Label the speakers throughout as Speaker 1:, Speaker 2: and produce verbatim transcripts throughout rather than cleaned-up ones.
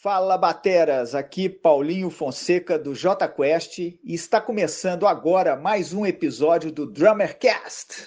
Speaker 1: Fala bateras, aqui Paulinho Fonseca do J Quest e está começando agora mais um episódio do Drummercast.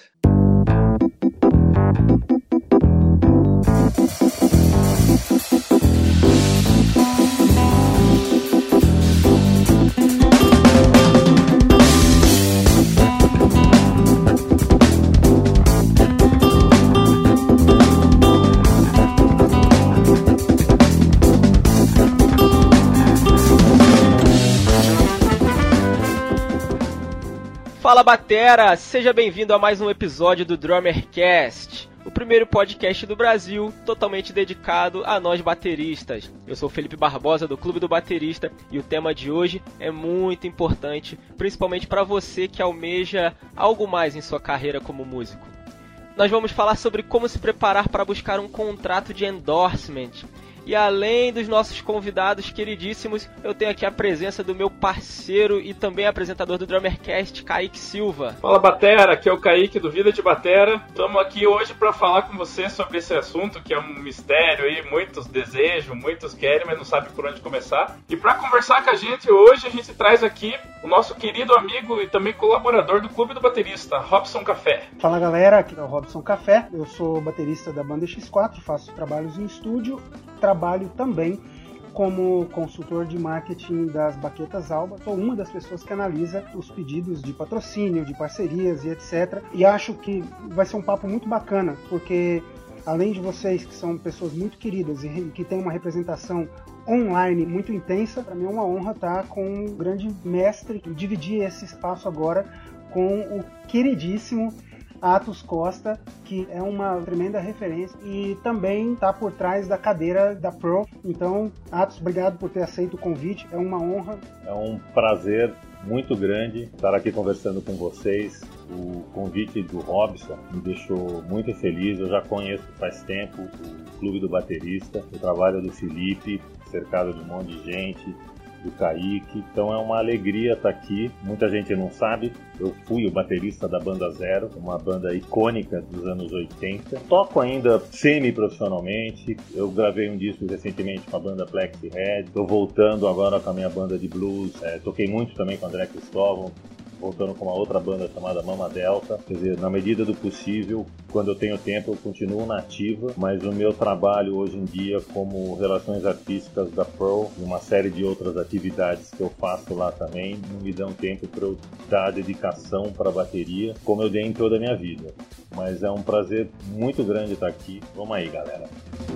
Speaker 2: Fala batera, seja bem-vindo a mais um episódio do Drummercast, o primeiro podcast do Brasil totalmente dedicado a nós bateristas. Eu sou o Felipe Barbosa do Clube do Baterista e o tema de hoje é muito importante, principalmente para você que almeja algo mais em sua carreira como músico. Nós vamos falar sobre como se preparar para buscar um contrato de endorsement. E além dos nossos convidados queridíssimos, eu tenho aqui a presença do meu parceiro e também apresentador do Drummercast, Kaique Silva.
Speaker 3: Fala batera, aqui é o Kaique do Vida de Batera. Estamos aqui hoje para falar com você sobre esse assunto que é um mistério aí, muitos desejam, muitos querem, mas não sabem por onde começar. E para conversar com a gente hoje, a gente traz aqui o nosso querido amigo e também colaborador do Clube do Baterista, Robson Café.
Speaker 4: Fala galera, aqui é o Robson Café, eu sou baterista da banda X quatro, faço trabalhos em estúdio. Trabalho também como consultor de marketing das Baquetas Alba. Sou uma das pessoas que analisa os pedidos de patrocínio, de parcerias e etcétera. E acho que vai ser um papo muito bacana, porque além de vocês que são pessoas muito queridas e que têm uma representação online muito intensa, para mim é uma honra estar com um grande mestre e dividir esse espaço agora com o queridíssimo Atos Costa, que é uma tremenda referência e também está por trás da cadeira da Pro. Então, Atos, obrigado por ter aceito o convite, é uma honra.
Speaker 5: É um prazer muito grande estar aqui conversando com vocês. O convite do Robson me deixou muito feliz, eu já conheço faz tempo o Clube do Baterista, o trabalho do Felipe, cercado de um monte de gente, do Kaique, então é uma alegria estar aqui. Muita gente não sabe, eu fui o baterista da Banda Zero, uma banda icônica dos anos oitenta. Toco ainda semi-profissionalmente, eu gravei um disco recentemente com a banda Plexi Red, estou voltando agora com a minha banda de blues, é, toquei muito também com o André Cristóvão, voltando com uma outra banda chamada Mama Delta. Quer dizer, na medida do possível, quando eu tenho tempo, eu continuo na ativa, mas o meu trabalho hoje em dia como relações artísticas da Pro e uma série de outras atividades que eu faço lá também não me dão tempo para eu dar dedicação para a bateria como eu dei em toda a minha vida. Mas é um prazer muito grande estar aqui. Vamos aí, galera.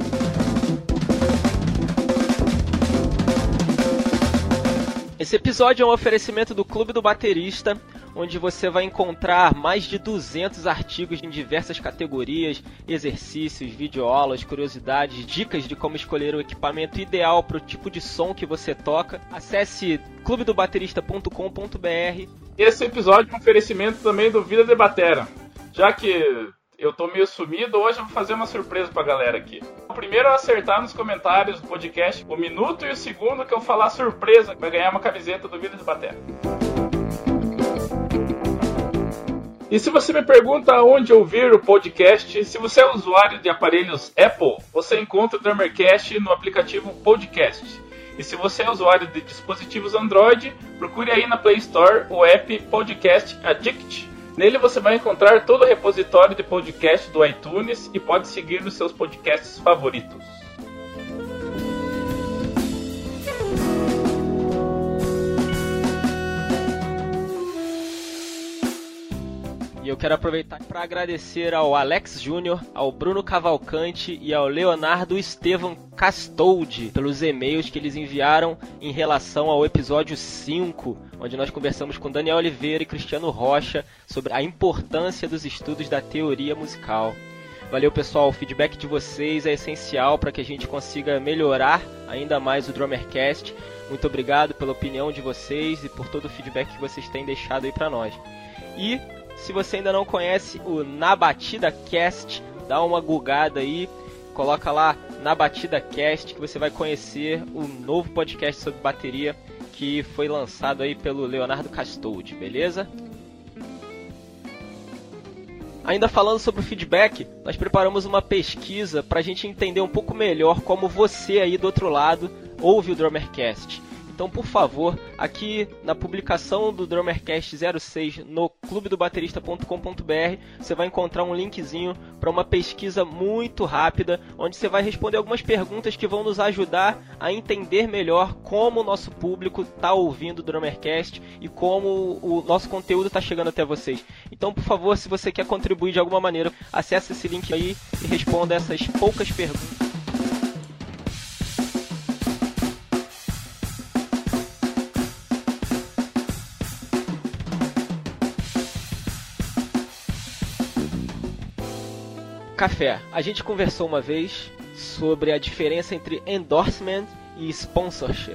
Speaker 2: Esse episódio é um oferecimento do Clube do Baterista, onde você vai encontrar mais de duzentos artigos em diversas categorias, exercícios, videoaulas, curiosidades, dicas de como escolher o equipamento ideal para o tipo de som que você toca. Acesse clube do baterista ponto com ponto b r.
Speaker 3: Esse episódio é um oferecimento também do Vida de Batera. Já que eu tô meio sumido, hoje eu vou fazer uma surpresa pra galera aqui. O primeiro a acertar nos comentários do podcast o minuto e o segundo que eu falar surpresa vai ganhar uma camiseta do Vida de Batera. E se você me pergunta onde ouvir o podcast, se você é usuário de aparelhos Apple, você encontra o Drummercast no aplicativo Podcast. E se você é usuário de dispositivos Android, procure aí na Play Store o app Podcast Addict. Nele você vai encontrar todo o repositório de podcast do iTunes e pode seguir os seus podcasts favoritos.
Speaker 2: E eu quero aproveitar para agradecer ao Alex Júnior, ao Bruno Cavalcante e ao Leonardo Estevam Castoldi pelos e-mails que eles enviaram em relação ao episódio cinco, onde nós conversamos com Daniel Oliveira e Cristiano Rocha sobre a importância dos estudos da teoria musical. Valeu pessoal, o feedback de vocês é essencial para que a gente consiga melhorar ainda mais o Drummercast. Muito obrigado pela opinião de vocês e por todo o feedback que vocês têm deixado aí para nós. E se você ainda não conhece o Na Batida Cast, dá uma googada aí, coloca lá Na Batida Cast que você vai conhecer o novo podcast sobre bateria que foi lançado aí pelo Leonardo Castoldi, beleza? Ainda falando sobre o feedback, nós preparamos uma pesquisa para a gente entender um pouco melhor como você aí do outro lado ouve o Drummercast. Então, por favor, aqui na publicação do Drummercast zero seis no clube do baterista ponto com ponto b r, você vai encontrar um linkzinho para uma pesquisa muito rápida, onde você vai responder algumas perguntas que vão nos ajudar a entender melhor como o nosso público está ouvindo o Drummercast e como o nosso conteúdo está chegando até vocês. Então, por favor, se você quer contribuir de alguma maneira, acesse esse link aí e responda essas poucas perguntas. Café, a gente conversou uma vez sobre a diferença entre endorsement e sponsorship.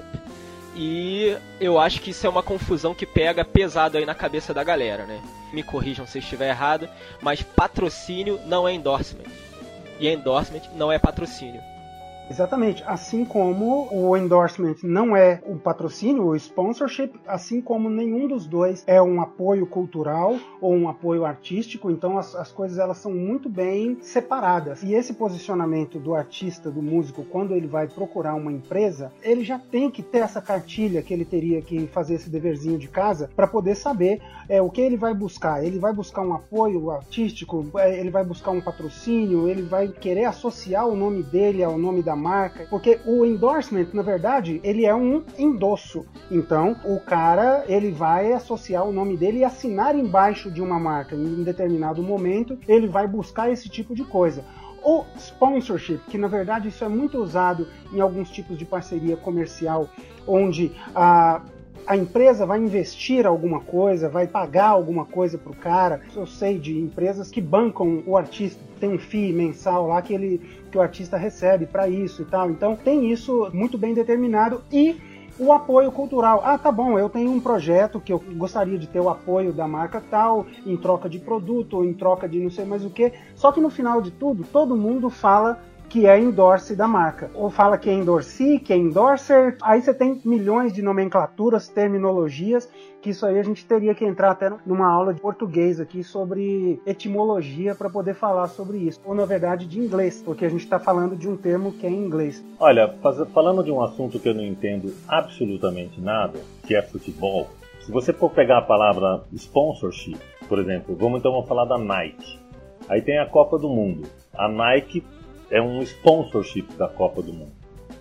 Speaker 2: E eu acho que isso é uma confusão que pega pesado aí na cabeça da galera, né? Me corrijam se eu estiver errado, mas patrocínio não é endorsement. E endorsement não é patrocínio.
Speaker 4: Exatamente, assim como o endorsement não é o patrocínio, o sponsorship, assim como nenhum dos dois é um apoio cultural ou um apoio artístico, então as, as coisas elas são muito bem separadas. E esse posicionamento do artista, do músico, quando ele vai procurar uma empresa, ele já tem que ter essa cartilha que ele teria que fazer esse deverzinho de casa para poder saber é, o que ele vai buscar. Ele vai buscar um apoio artístico, ele vai buscar um patrocínio, ele vai querer associar o nome dele ao nome da marca, porque o endorsement, na verdade, ele é um endosso. Então, o cara, ele vai associar o nome dele e assinar embaixo de uma marca. Em determinado momento, ele vai buscar esse tipo de coisa. O sponsorship, que na verdade isso é muito usado em alguns tipos de parceria comercial, onde a a empresa vai investir alguma coisa, vai pagar alguma coisa pro cara. Eu sei de empresas que bancam o artista, tem um fee mensal lá que, ele, que o artista recebe para isso e tal. Então tem isso muito bem determinado. E o apoio cultural. Ah, tá bom, eu tenho um projeto que eu gostaria de ter o apoio da marca tal, em troca de produto, ou em troca de não sei mais o que. Só que no final de tudo, todo mundo fala que é endorse da marca. Ou fala que é endorsee, que é endorser. Aí você tem milhões de nomenclaturas, terminologias, que isso aí a gente teria que entrar até numa aula de português aqui sobre etimologia para poder falar sobre isso. Ou, na verdade, de inglês, porque a gente está falando de um termo que é em inglês.
Speaker 5: Olha, falando de um assunto que eu não entendo absolutamente nada, que é futebol, se você for pegar a palavra sponsorship, por exemplo, vamos então vamos falar da Nike. Aí tem a Copa do Mundo. A Nike é um sponsorship da Copa do Mundo.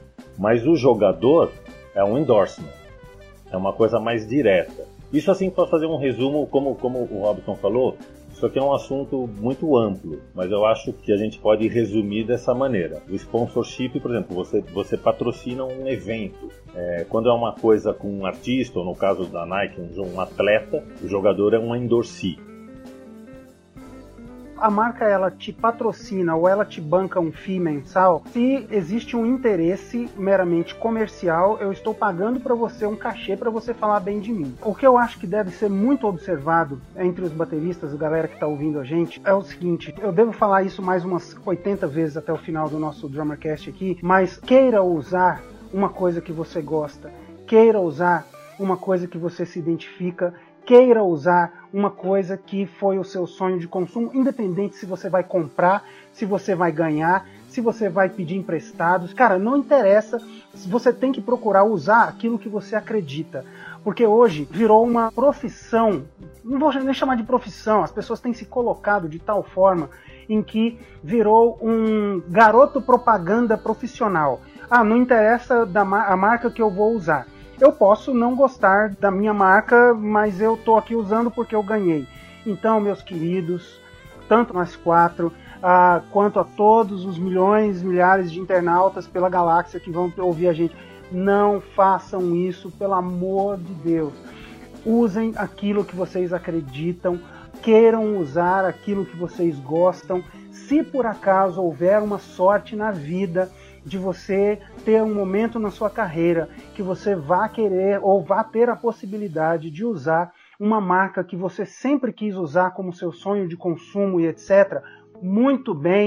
Speaker 5: Mas o jogador é um endorsement. É uma coisa mais direta. Isso assim, para fazer um resumo, como, como o Robson falou, isso aqui é um assunto muito amplo, mas eu acho que a gente pode resumir dessa maneira. O sponsorship, por exemplo, você, você patrocina um evento. É, quando é uma coisa com um artista, ou no caso da Nike, um, um atleta, o jogador é um endorsee.
Speaker 4: A marca ela te patrocina ou ela te banca um fee mensal, se existe um interesse meramente comercial, eu estou pagando para você um cachê para você falar bem de mim. O que eu acho que deve ser muito observado entre os bateristas, a galera que está ouvindo a gente, é o seguinte, eu devo falar isso mais umas oitenta vezes até o final do nosso Drummercast aqui, mas queira usar uma coisa que você gosta, queira usar uma coisa que você se identifica, queira usar uma coisa que foi o seu sonho de consumo, independente se você vai comprar, se você vai ganhar, se você vai pedir emprestados. Cara, não interessa, você tem que procurar usar aquilo que você acredita. Porque hoje virou uma profissão, não vou nem chamar de profissão, as pessoas têm se colocado de tal forma em que virou um garoto propaganda profissional. Ah, não interessa da ma- a marca que eu vou usar. Eu posso não gostar da minha marca, mas eu estou aqui usando porque eu ganhei. Então, meus queridos, tanto nós quatro, ah, quanto a todos os milhões, milhares de internautas pela galáxia que vão ouvir a gente, não façam isso, pelo amor de Deus. Usem aquilo que vocês acreditam, queiram usar aquilo que vocês gostam. Se por acaso houver uma sorte na vida de você ter um momento na sua carreira que você vá querer ou vá ter a possibilidade de usar uma marca que você sempre quis usar como seu sonho de consumo e etcétera, muito bem,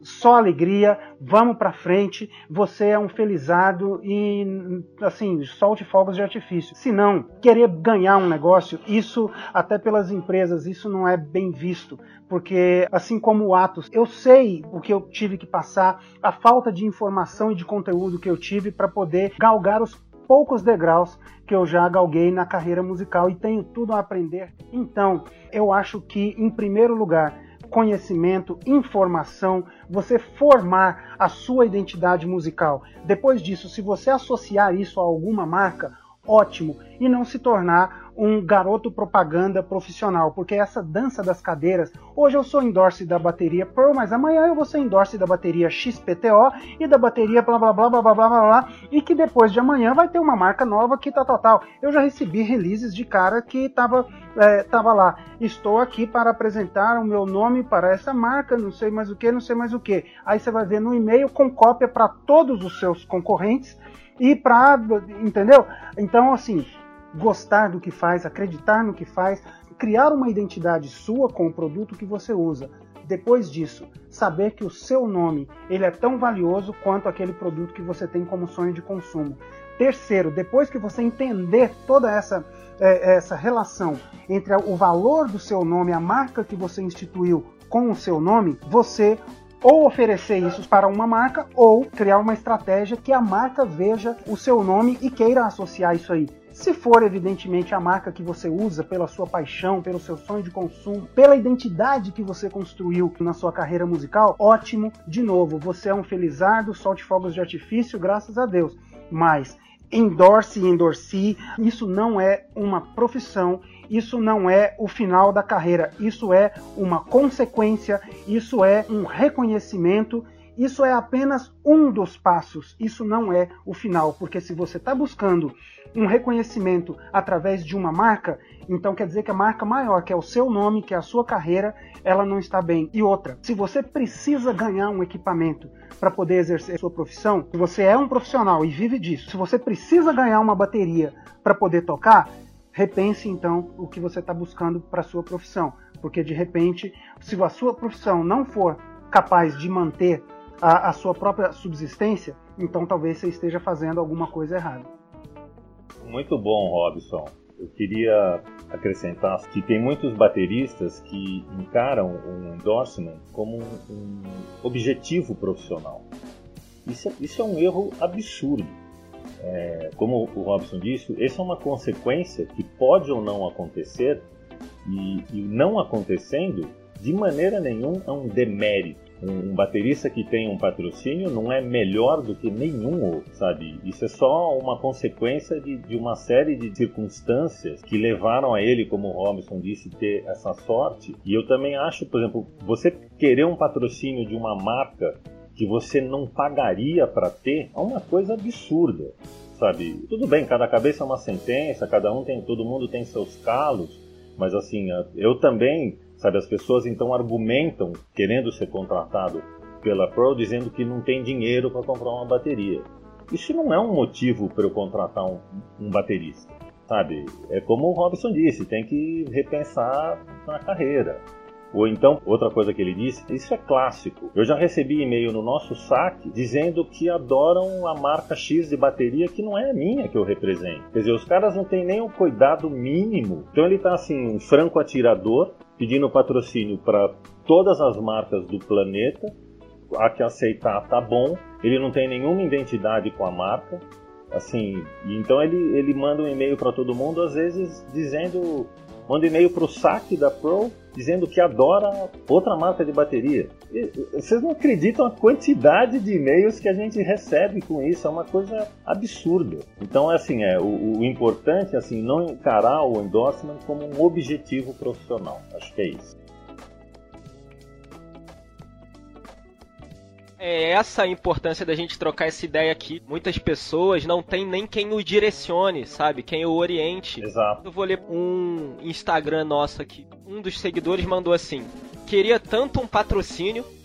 Speaker 4: só alegria, vamos pra frente, você é um felizardo e, assim, solte fogos de artifício. Se não, querer ganhar um negócio, isso, até pelas empresas, isso não é bem visto, porque, assim como o Atos, eu sei o que eu tive que passar, a falta de informação e de conteúdo que eu tive para poder galgar os poucos degraus que eu já galguei na carreira musical e tenho tudo a aprender. Então, eu acho que, em primeiro lugar, conhecimento, informação, você formar a sua identidade musical. Depois disso, se você associar isso a alguma marca, ótimo, e não se tornar um garoto propaganda profissional, porque essa dança das cadeiras, hoje eu sou endorse da bateria Pearl, mas amanhã eu vou ser endorse da bateria X P T O e da bateria blá blá blá blá blá blá blá blá, e que depois de amanhã vai ter uma marca nova que tá total. Eu já recebi releases de cara que tava, é, tava lá, estou aqui para apresentar o meu nome para essa marca, não sei mais o que, não sei mais o que. Aí você vai ver no e-mail com cópia para todos os seus concorrentes e para, entendeu? Então, assim, gostar do que faz, acreditar no que faz, criar uma identidade sua com o produto que você usa. Depois disso, saber que o seu nome ele é tão valioso quanto aquele produto que você tem como sonho de consumo. Terceiro, depois que você entender toda essa, é, essa relação entre o valor do seu nome, a marca que você instituiu com o seu nome, você ou oferecer isso para uma marca ou criar uma estratégia que a marca veja o seu nome e queira associar isso aí. Se for, evidentemente, a marca que você usa pela sua paixão, pelo seu sonho de consumo, pela identidade que você construiu na sua carreira musical, ótimo. De novo, você é um felizardo, solte fogos de artifício, graças a Deus. Mas endorse e endorse, isso não é uma profissão, isso não é o final da carreira, isso é uma consequência, isso é um reconhecimento. Isso é apenas um dos passos, isso não é o final, porque se você está buscando um reconhecimento através de uma marca, então quer dizer que a marca maior, que é o seu nome, que é a sua carreira, ela não está bem. E outra, se você precisa ganhar um equipamento para poder exercer a sua profissão, se você é um profissional e vive disso, se você precisa ganhar uma bateria para poder tocar, repense então o que você está buscando para a sua profissão, porque de repente, se a sua profissão não for capaz de manter A, a sua própria subsistência, então talvez você esteja fazendo alguma coisa errada.
Speaker 5: Muito bom, Robson. Eu queria acrescentar que tem muitos bateristas que encaram um endorsement como um, um objetivo profissional. Isso, isso é um erro absurdo. É, como o Robson disse, essa é uma consequência que pode ou não acontecer, e, e não acontecendo, de maneira nenhuma é um demérito. Um baterista que tem um patrocínio não é melhor do que nenhum outro, sabe? Isso é só uma consequência de, de uma série de circunstâncias que levaram a ele, como o Robson disse, ter essa sorte. E eu também acho, por exemplo, você querer um patrocínio de uma marca que você não pagaria para ter é uma coisa absurda, sabe? Tudo bem, cada cabeça é uma sentença, cada um tem, todo mundo tem seus calos, mas assim, eu também... Sabe, as pessoas então argumentam, querendo ser contratado pela Pearl, dizendo que não tem dinheiro para comprar uma bateria. Isso não é um motivo para eu contratar um, um baterista, sabe? É como o Robson disse, tem que repensar na carreira. Ou então, outra coisa que ele disse, isso é clássico. Eu já recebi e-mail no nosso saque dizendo que adoram a marca X de bateria que não é a minha que eu represento. Quer dizer, os caras não têm nem o cuidado mínimo. Então ele está assim, um franco atirador, pedindo patrocínio para todas as marcas do planeta. A que aceitar tá bom. Ele não tem nenhuma identidade com a marca. Assim, então ele, ele manda um e-mail para todo mundo, às vezes dizendo... Manda e-mail para o saque da Pearl dizendo que adora outra marca de bateria. E, vocês não acreditam a quantidade de e-mails que a gente recebe com isso, é uma coisa absurda. Então, assim, é, o, o importante é assim, não encarar o endorsement como um objetivo profissional. Acho que é isso.
Speaker 2: É essa a importância da gente trocar essa ideia aqui. Muitas pessoas não tem nem quem o direcione, sabe? Quem o oriente.
Speaker 5: Exato.
Speaker 2: Eu vou ler um Instagram nosso aqui. Um dos seguidores mandou assim: queria tanto um patrocínio,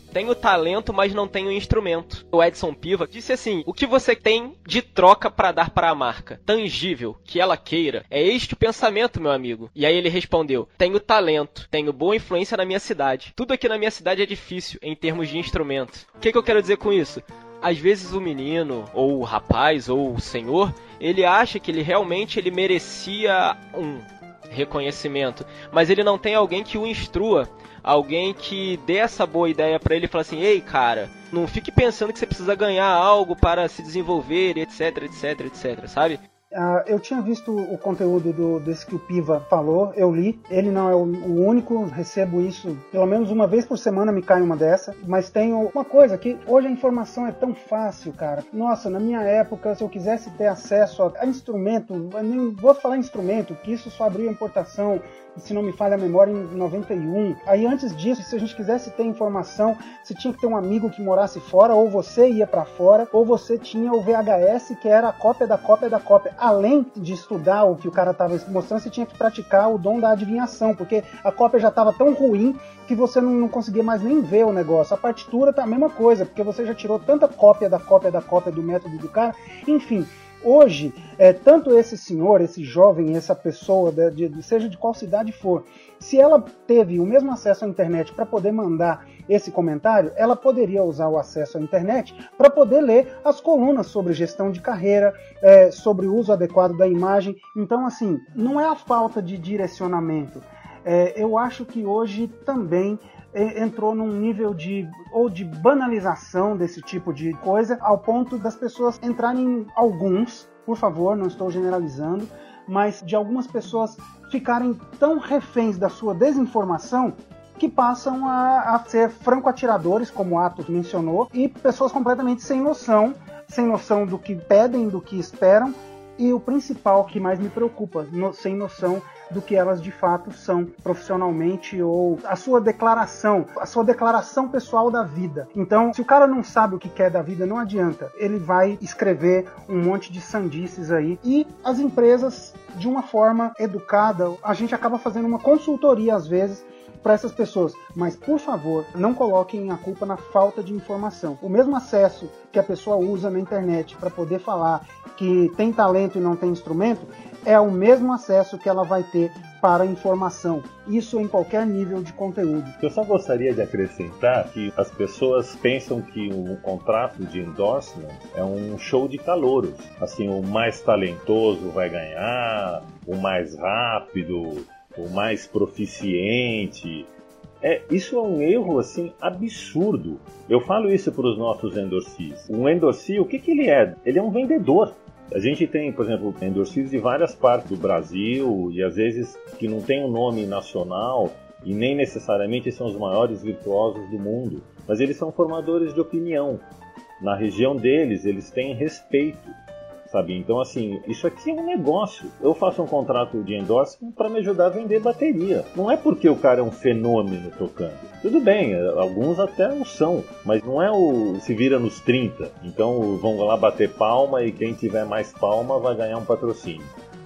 Speaker 2: tenho talento, mas não tenho instrumento. O Edson Piva disse assim: o que você tem de troca para dar para a marca? Tangível, que ela queira. É este o pensamento, meu amigo. E aí ele respondeu: tenho talento, tenho boa influência na minha cidade. Tudo aqui na minha cidade é difícil em termos de instrumento. O que, que eu quero dizer com isso? Às vezes o menino, ou o rapaz, ou o senhor, ele acha que ele realmente ele merecia um reconhecimento, mas ele não tem alguém que o instrua, alguém que dê essa boa ideia pra ele e fala assim: ei, cara, não fique pensando que você precisa ganhar algo para se desenvolver, etc, etc, etc, sabe?
Speaker 4: Uh, eu tinha visto o conteúdo do, desse que o Piva falou, eu li. Ele não é o, o único, recebo isso pelo menos uma vez por semana, me cai uma dessa. Mas tem uma coisa, que hoje a informação é tão fácil, cara. Nossa, na minha época, se eu quisesse ter acesso a, a instrumento, nem vou falar instrumento, que isso só abriu a importação, se não me falha a memória, em noventa e um. Aí antes disso, se a gente quisesse ter informação, você tinha que ter um amigo que morasse fora, ou você ia pra fora, ou você tinha o V H S, que era a cópia da cópia da cópia. Além de estudar o que o cara estava mostrando, você tinha que praticar o dom da adivinhação, porque a cópia já estava tão ruim que você não, não conseguia mais nem ver o negócio. A partitura tá a mesma coisa, porque você já tirou tanta cópia da cópia da cópia do método do cara. Enfim, hoje, é, tanto esse senhor, esse jovem, essa pessoa, de, de, seja de qual cidade for, se ela teve o mesmo acesso à internet para poder mandar esse comentário, ela poderia usar o acesso à internet para poder ler as colunas sobre gestão de carreira, é, sobre o uso adequado da imagem. Então, assim, não é a falta de direcionamento. É, eu acho que hoje também entrou num nível de ou de banalização desse tipo de coisa, ao ponto das pessoas entrarem, alguns, por favor, não estou generalizando, mas de algumas pessoas ficarem tão reféns da sua desinformação que passam a, a ser franco-atiradores, como o Atos mencionou, e pessoas completamente sem noção, sem noção do que pedem, do que esperam, e o principal que mais me preocupa, no, sem noção do que elas de fato são profissionalmente, ou a sua declaração, a sua declaração pessoal da vida. Então, se o cara não sabe o que quer da vida, não adianta. Ele vai escrever um monte de sandices aí. E as empresas, de uma forma educada, a gente acaba fazendo uma consultoria às vezes para essas pessoas, mas por favor, não coloquem a culpa na falta de informação. O mesmo acesso que a pessoa usa na internet para poder falar que tem talento e não tem instrumento, é o mesmo acesso que ela vai ter para a informação. Isso em qualquer nível de conteúdo.
Speaker 5: Eu só gostaria de acrescentar que as pessoas pensam que um contrato de endorsement é um show de calouros. Assim, o mais talentoso vai ganhar, o mais rápido, o mais proficiente. É, isso é um erro assim absurdo. Eu falo isso para os nossos endorsees. Um endorsee, o que, que ele é? Ele é um vendedor. A gente tem, por exemplo, endorsees de várias partes do Brasil e às vezes que não tem um nome nacional e nem necessariamente são os maiores virtuosos do mundo, mas eles são formadores de opinião. Na região deles, eles têm respeito, sabe? Então, assim, isso aqui é um negócio. Eu faço um contrato de endorsement para me ajudar a vender bateria. Não é porque o cara é um fenômeno tocando. Tudo bem, alguns até o são, mas não é o se vira nos trinta. Então vão lá bater palma e quem tiver mais palma vai ganhar um patrocínio.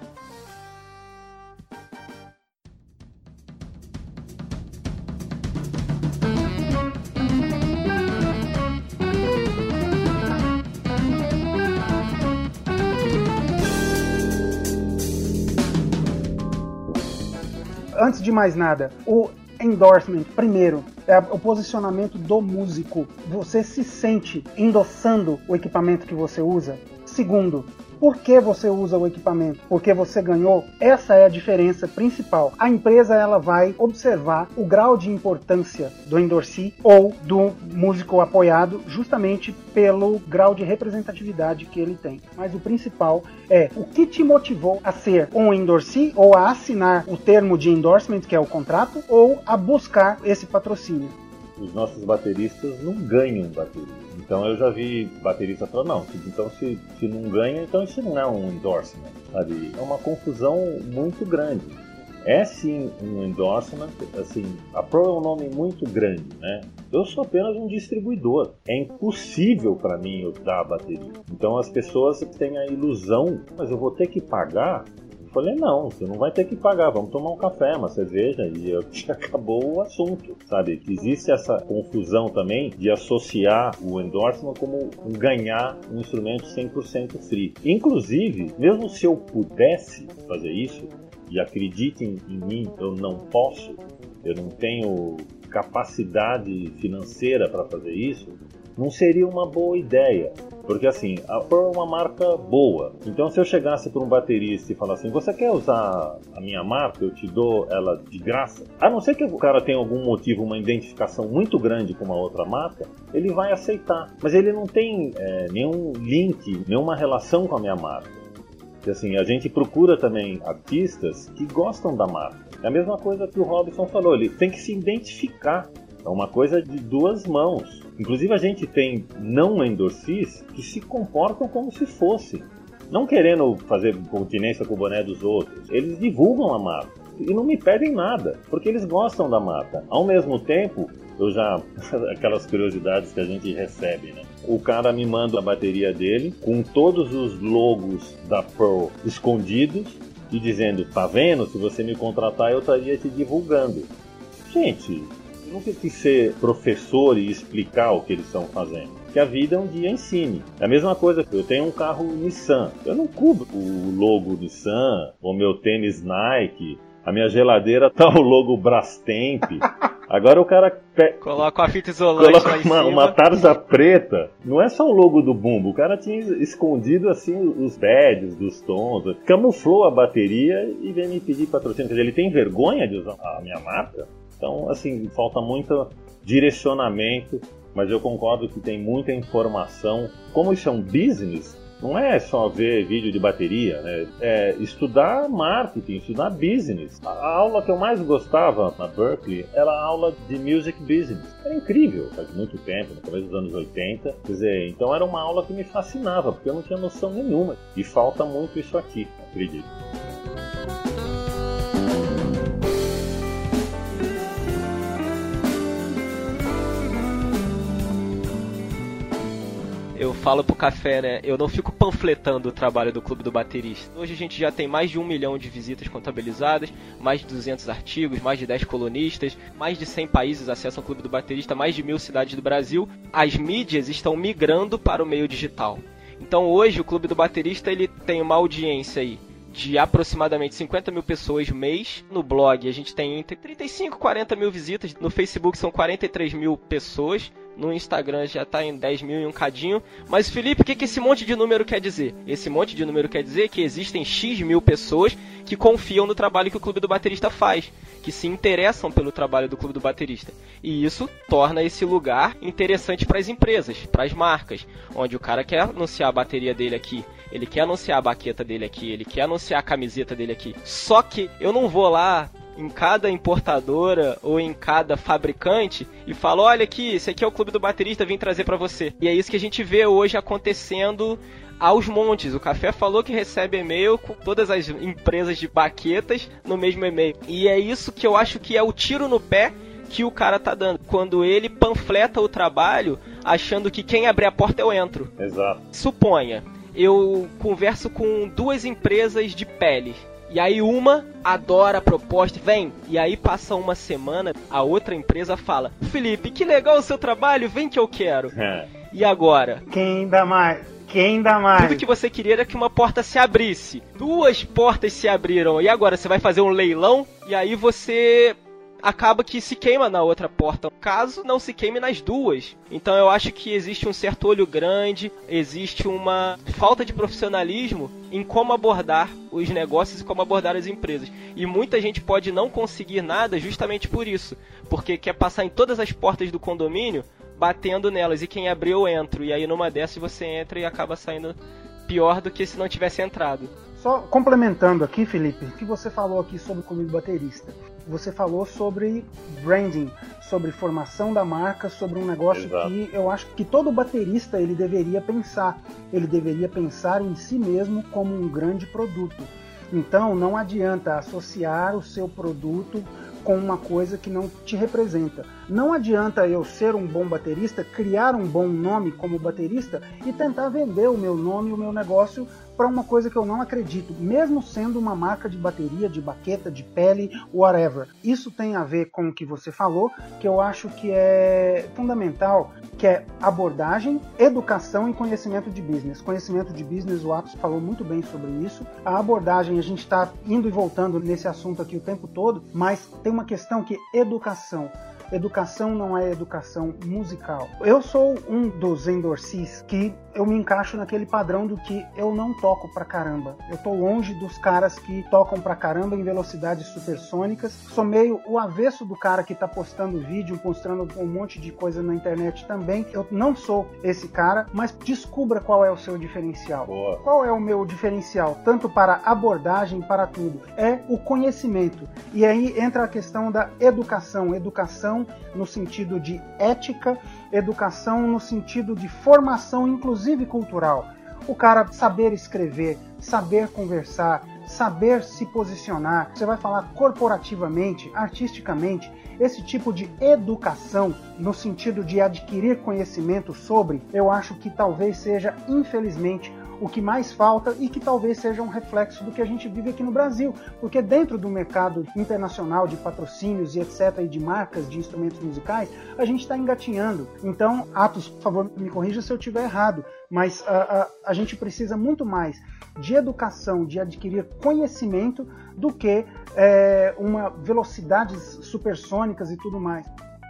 Speaker 4: Antes de mais nada, o endorsement, primeiro, é o posicionamento do músico. Você se sente endossando o equipamento que você usa? Segundo, por que você usa o equipamento? Porque você ganhou? Essa é a diferença principal. A empresa ela vai observar o grau de importância do endorsee ou do músico apoiado justamente pelo grau de representatividade que ele tem. Mas o principal é o que te motivou a ser um endorsee ou a assinar o termo de endorsement, que é o contrato, ou a buscar esse patrocínio.
Speaker 5: Os nossos bateristas não ganham bateria. Então eu já vi baterista falar, não, então se, se não ganha, então isso não é um endorsement, sabe? É uma confusão muito grande. É sim um endorsement, assim, a Pro é um nome muito grande, né? Eu sou apenas um distribuidor. É impossível para mim eu dar a bateria. Então as pessoas têm a ilusão, mas eu vou ter que pagar falei, não, você não vai ter que pagar, vamos tomar um café, uma cerveja, e acabou o assunto, sabe? Existe essa confusão também de associar o endorsement como um ganhar um instrumento cem por cento free. Inclusive, mesmo se eu pudesse fazer isso, e acreditem em mim, eu não posso, eu não tenho capacidade financeira para fazer isso, não seria uma boa ideia. Porque assim, a Pearl é uma marca boa. Então se eu chegasse para um baterista e falasse assim, você quer usar a minha marca? Eu te dou ela de graça. A não ser que o cara tenha algum motivo, uma identificação muito grande com uma outra marca, ele vai aceitar. Mas ele não tem é, nenhum link, nenhuma relação com a minha marca. Porque assim, a gente procura também artistas que gostam da marca. É a mesma coisa que o Robson falou, ele tem que se identificar. É uma coisa de duas mãos. Inclusive a gente tem não endorsees que se comportam como se fosse. Não querendo fazer continência com o boné dos outros. Eles divulgam a marca. E não me pedem nada, porque eles gostam da marca. Ao mesmo tempo, eu já... aquelas curiosidades que a gente recebe, né? O cara me manda a bateria dele com todos os logos da Pearl escondidos e dizendo, tá vendo? Se você me contratar, eu estaria te divulgando. Gente... nunca quis ser professor e explicar o que eles estão fazendo. Que a vida um dia ensine. É a mesma coisa que eu tenho um carro Nissan. Eu não cubro o logo Nissan, o meu tênis Nike, a minha geladeira tá o logo Brastemp. Agora o cara pe...
Speaker 2: coloca a fita isolante
Speaker 5: coloca
Speaker 2: lá em
Speaker 5: uma,
Speaker 2: cima.
Speaker 5: uma tarja preta. Não é só o logo do bumbo. O cara tinha escondido assim os pads dos tons, camuflou a bateria e veio me pedir patrocínio. Quer dizer, ele tem vergonha de usar a minha marca? Então, assim, falta muito direcionamento, mas eu concordo que tem muita informação. Como isso é um business, não é só ver vídeo de bateria, né? É estudar marketing, estudar business. A aula que eu mais gostava na Berklee era a aula de music business. Era incrível, faz muito tempo, no começo dos anos oitenta. Quer dizer, então era uma aula que me fascinava, porque eu não tinha noção nenhuma. E falta muito isso aqui, acredito.
Speaker 2: Eu falo pro Café, né? Eu não fico panfletando o trabalho do Clube do Baterista. Hoje a gente já tem mais de um milhão de visitas contabilizadas, mais de duzentos artigos, mais de dez colunistas, mais de cem países acessam o Clube do Baterista, mais de mil cidades do Brasil. As mídias estão migrando para o meio digital. Então hoje o Clube do Baterista ele tem uma audiência aí de aproximadamente cinquenta mil pessoas mês. No blog a gente tem entre trinta e cinco e quarenta mil visitas. No Facebook são quarenta e três mil pessoas. No Instagram já está em dez mil e um cadinho. Mas Felipe, o que, que esse monte de número quer dizer? Esse monte de número quer dizer que existem X mil pessoas que confiam no trabalho que o Clube do Baterista faz, que se interessam pelo trabalho do Clube do Baterista. E isso torna esse lugar interessante para as empresas, para as marcas, onde o cara quer anunciar a bateria dele aqui, ele quer anunciar a baqueta dele aqui, ele quer anunciar a camiseta dele aqui. Só que eu não vou lá em cada importadora ou em cada fabricante e falo, olha aqui, esse aqui é o Clube do Baterista, vim trazer para você. E é isso que a gente vê hoje acontecendo aos montes. O Café falou que recebe e-mail com todas as empresas de baquetas no mesmo e-mail. E é isso que eu acho que é o tiro no pé que o cara tá dando. Quando ele panfleta o trabalho achando que quem abrir a porta eu entro.
Speaker 5: Exato.
Speaker 2: Suponha, eu converso com duas empresas de pele. E aí uma adora a proposta, vem. E aí passa uma semana, a outra empresa fala, Felipe, que legal o seu trabalho, vem que eu quero.
Speaker 5: É.
Speaker 2: E agora?
Speaker 4: Quem dá mais? Quem dá mais?
Speaker 2: Tudo que você queria era que uma porta se abrisse. Duas portas se abriram. E agora você vai fazer um leilão e aí você acaba que se queima na outra porta, caso não se queime nas duas. Então eu acho que existe um certo olho grande, existe uma falta de profissionalismo em como abordar os negócios e como abordar as empresas. E muita gente pode não conseguir nada justamente por isso, porque quer passar em todas as portas do condomínio batendo nelas, e quem abriu eu entro, e aí numa dessas você entra e acaba saindo pior do que se não tivesse entrado.
Speaker 4: Só complementando aqui, Felipe, o que você falou aqui sobre o Clube do Baterista. Você falou sobre branding, sobre formação da marca, sobre um negócio
Speaker 5: Exato.
Speaker 4: Que eu acho que todo baterista ele deveria pensar. Ele deveria pensar em si mesmo como um grande produto. Então não adianta associar o seu produto com uma coisa que não te representa. Não adianta eu ser um bom baterista, criar um bom nome como baterista e tentar vender o meu nome e o meu negócio para uma coisa que eu não acredito, mesmo sendo uma marca de bateria, de baqueta, de pele, whatever. Isso tem a ver com o que você falou, que eu acho que é fundamental, que é abordagem, educação e conhecimento de business. Conhecimento de business, o Atos falou muito bem sobre isso. A abordagem, a gente está indo e voltando nesse assunto aqui o tempo todo, mas tem uma questão que é educação. Educação não é educação musical. Eu sou um dos endorsees que eu me encaixo naquele padrão do que eu não toco pra caramba. Eu tô longe dos caras que tocam pra caramba em velocidades supersônicas. Sou meio o avesso do cara que tá postando vídeo, postando um monte de coisa na internet também. Eu não sou esse cara, mas descubra qual é o seu diferencial.
Speaker 5: Boa.
Speaker 4: Qual é o meu diferencial? Tanto para abordagem, para tudo. É o conhecimento. E aí entra a questão da educação. Educação no sentido de ética, educação no sentido de formação, inclusive cultural. O cara saber escrever, saber conversar, saber se posicionar. Você vai falar corporativamente, artisticamente. Esse tipo de educação, no sentido de adquirir conhecimento sobre, eu acho que talvez seja, infelizmente, o que mais falta e que talvez seja um reflexo do que a gente vive aqui no Brasil, porque dentro do mercado internacional de patrocínios e etc, e de marcas de instrumentos musicais, a gente está engatinhando. Então, Atos, por favor, me corrija se eu estiver errado, mas a, a, a gente precisa muito mais de educação, de adquirir conhecimento, do que é, uma velocidades supersônicas e tudo mais.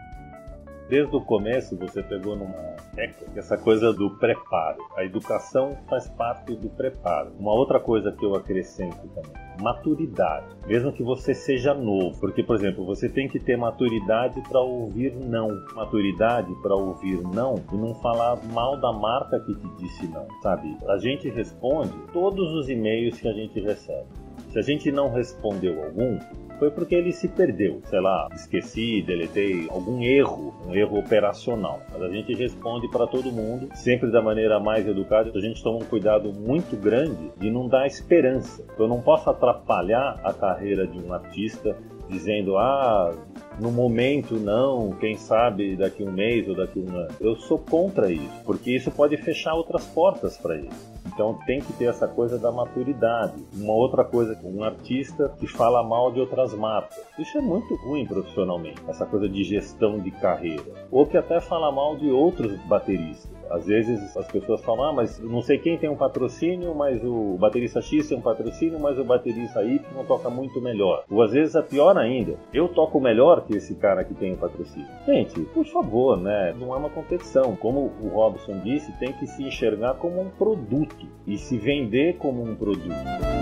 Speaker 5: Desde o começo você pegou numa tecla, essa coisa do preparo. A educação faz parte do preparo. Uma outra coisa que eu acrescento também, maturidade. Mesmo que você seja novo, porque, por exemplo, você tem que ter maturidade para ouvir não. Maturidade para ouvir não e não falar mal da marca que te disse não, sabe? A gente responde todos os e-mails que a gente recebe. Se a gente não respondeu algum, foi porque ele se perdeu, sei lá, esqueci, deletei, algum erro, um erro operacional. Mas a gente responde para todo mundo, sempre da maneira mais educada. A gente toma um cuidado muito grande de não dar esperança. Eu não posso atrapalhar a carreira de um artista dizendo, ah, no momento não, quem sabe daqui um mês ou daqui um ano. Eu sou contra isso, porque isso pode fechar outras portas para ele. Então tem que ter essa coisa da maturidade. Uma outra coisa, um artista que fala mal de outras marcas. Isso é muito ruim profissionalmente, essa coisa de gestão de carreira. Ou que até fala mal de outros bateristas. Às vezes as pessoas falam, ah, mas não sei quem tem um patrocínio, mas o baterista X tem um patrocínio, mas o baterista Y toca muito melhor. Ou às vezes é pior ainda, eu toco melhor que esse cara que tem um patrocínio. Gente, por favor, né? Não é uma competição. Como o Robson disse, tem que se enxergar como um produto e se vender como um produto.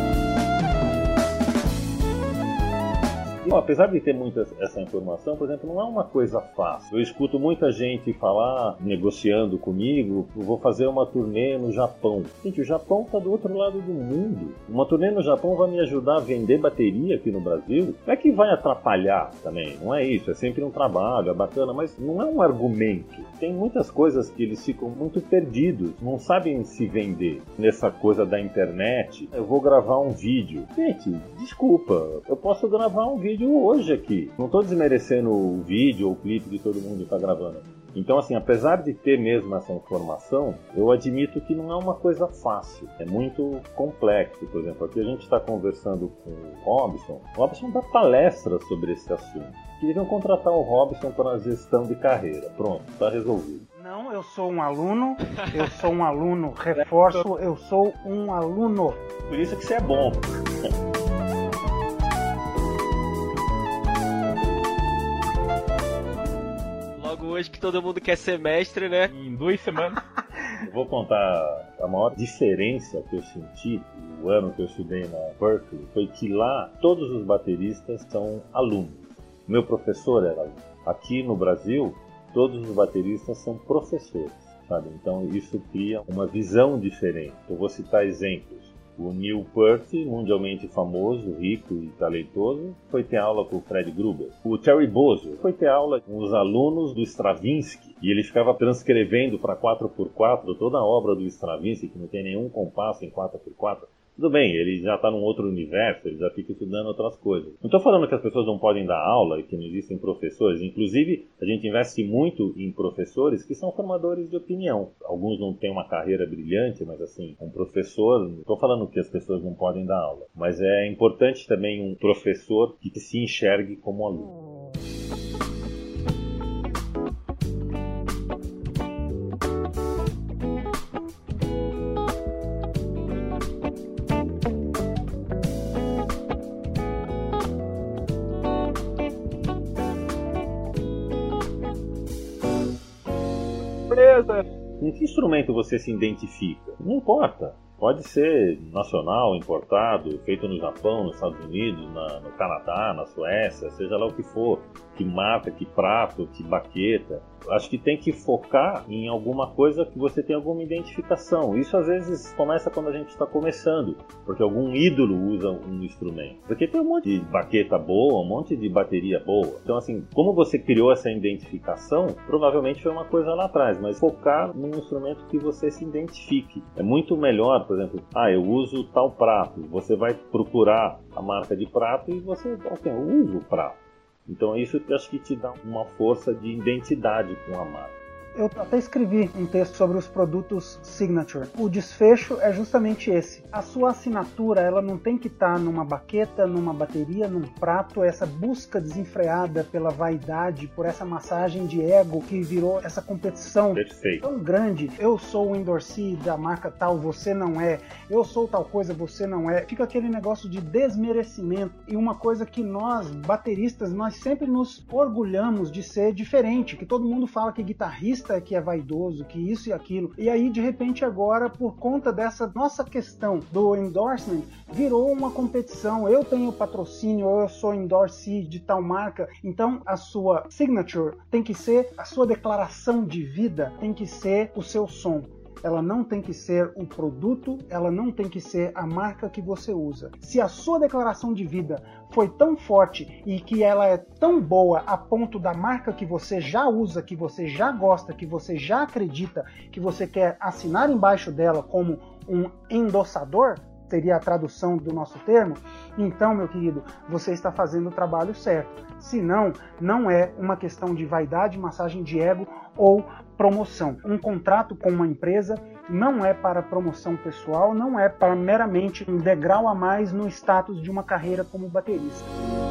Speaker 5: Bom, apesar de ter muita essa informação, por exemplo, não é uma coisa fácil. Eu escuto muita gente falar, negociando comigo, vou fazer uma turnê no Japão. Gente, o Japão está do outro lado do mundo. Uma turnê no Japão vai me ajudar a vender bateria aqui no Brasil? Não é que vai atrapalhar também, não é isso. É sempre um trabalho, é bacana, mas não é um argumento. Tem muitas coisas que eles ficam muito perdidos, não sabem se vender. Nessa coisa da internet, eu vou gravar um vídeo. Gente, desculpa, eu posso gravar um vídeo hoje aqui. Não estou desmerecendo o vídeo ou o clipe de todo mundo que está gravando. Então, assim, apesar de ter mesmo essa informação, eu admito que não é uma coisa fácil. É muito complexo. Por exemplo, aqui a gente está conversando com o Robson. O Robson dá palestras sobre esse assunto. Queriam contratar o Robson para a gestão de carreira. Pronto, está resolvido.
Speaker 4: Não, eu sou um aluno. Eu sou um aluno. Reforço, eu sou um aluno.
Speaker 5: Por isso que você é bom.
Speaker 2: Hoje que todo mundo quer ser mestre, né?
Speaker 3: Em duas semanas.
Speaker 5: Eu vou contar a maior diferença que eu senti no ano que eu estudei na Berklee, foi que lá todos os bateristas são alunos. Meu professor era aluno. Aqui no Brasil, todos os bateristas são professores, sabe? Então isso cria uma visão diferente. Eu vou citar exemplos. O Neil Peart, mundialmente famoso, rico e talentoso, foi ter aula com o Fred Gruber. O Terry Bozzio foi ter aula com os alunos do Stravinsky e ele ficava transcrevendo para quatro por quatro toda a obra do Stravinsky, que não tem nenhum compasso em quatro por quatro. tudo bem, ele já está num outro universo, ele já fica estudando outras coisas. Não estou falando que as pessoas não podem dar aula e que não existem professores. Inclusive, a gente investe muito em professores que são formadores de opinião. Alguns não têm uma carreira brilhante, mas assim, um professor, não estou falando que as pessoas não podem dar aula, mas é importante também um professor que se enxergue como aluno. Com que instrumento você se identifica? Não importa. Pode ser nacional, importado, feito no Japão, nos Estados Unidos, na, no Canadá, na Suécia, seja lá o que for. Que marca, que prato, que baqueta. Acho que tem que focar em alguma coisa que você tem alguma identificação. Isso às vezes começa quando a gente está começando, porque algum ídolo usa um instrumento. Porque tem um monte de baqueta boa, um monte de bateria boa. Então assim, como você criou essa identificação, provavelmente foi uma coisa lá atrás, mas focar num instrumento que você se identifique. É muito melhor, por exemplo, ah, eu uso tal prato. Você vai procurar a marca de prato e você, ok, eu uso o prato. Então isso eu acho que te dá uma força de identidade com a marca.
Speaker 4: Eu até escrevi um texto sobre os produtos Signature. O desfecho é justamente esse. A sua assinatura, ela não tem que estar numa baqueta, numa bateria, num prato. Essa busca desenfreada pela vaidade, por essa massagem de ego que virou essa competição
Speaker 5: Perfeito.
Speaker 4: Tão grande. Eu sou o endorsee da marca tal, você não é. Eu sou tal coisa, você não é. Fica aquele negócio de desmerecimento. E uma coisa que nós, bateristas, nós sempre nos orgulhamos de ser diferente. Que todo mundo fala que guitarrista que é vaidoso, que isso e aquilo. E aí, de repente, agora, por conta dessa nossa questão do endorsement, virou uma competição. Eu tenho patrocínio, ou eu sou endorsee de tal marca. Então, a sua signature tem que ser, a sua declaração de vida tem que ser o seu som. Ela não tem que ser o produto, ela não tem que ser a marca que você usa. Se a sua declaração de vida foi tão forte e que ela é tão boa a ponto da marca que você já usa, que você já gosta, que você já acredita, que você quer assinar embaixo dela como um endossador, seria a tradução do nosso termo, então, meu querido, você está fazendo o trabalho certo. Se não, não é uma questão de vaidade, massagem de ego ou promoção. Um contrato com uma empresa não é para promoção pessoal, não é para meramente um degrau a mais no status de uma carreira como baterista.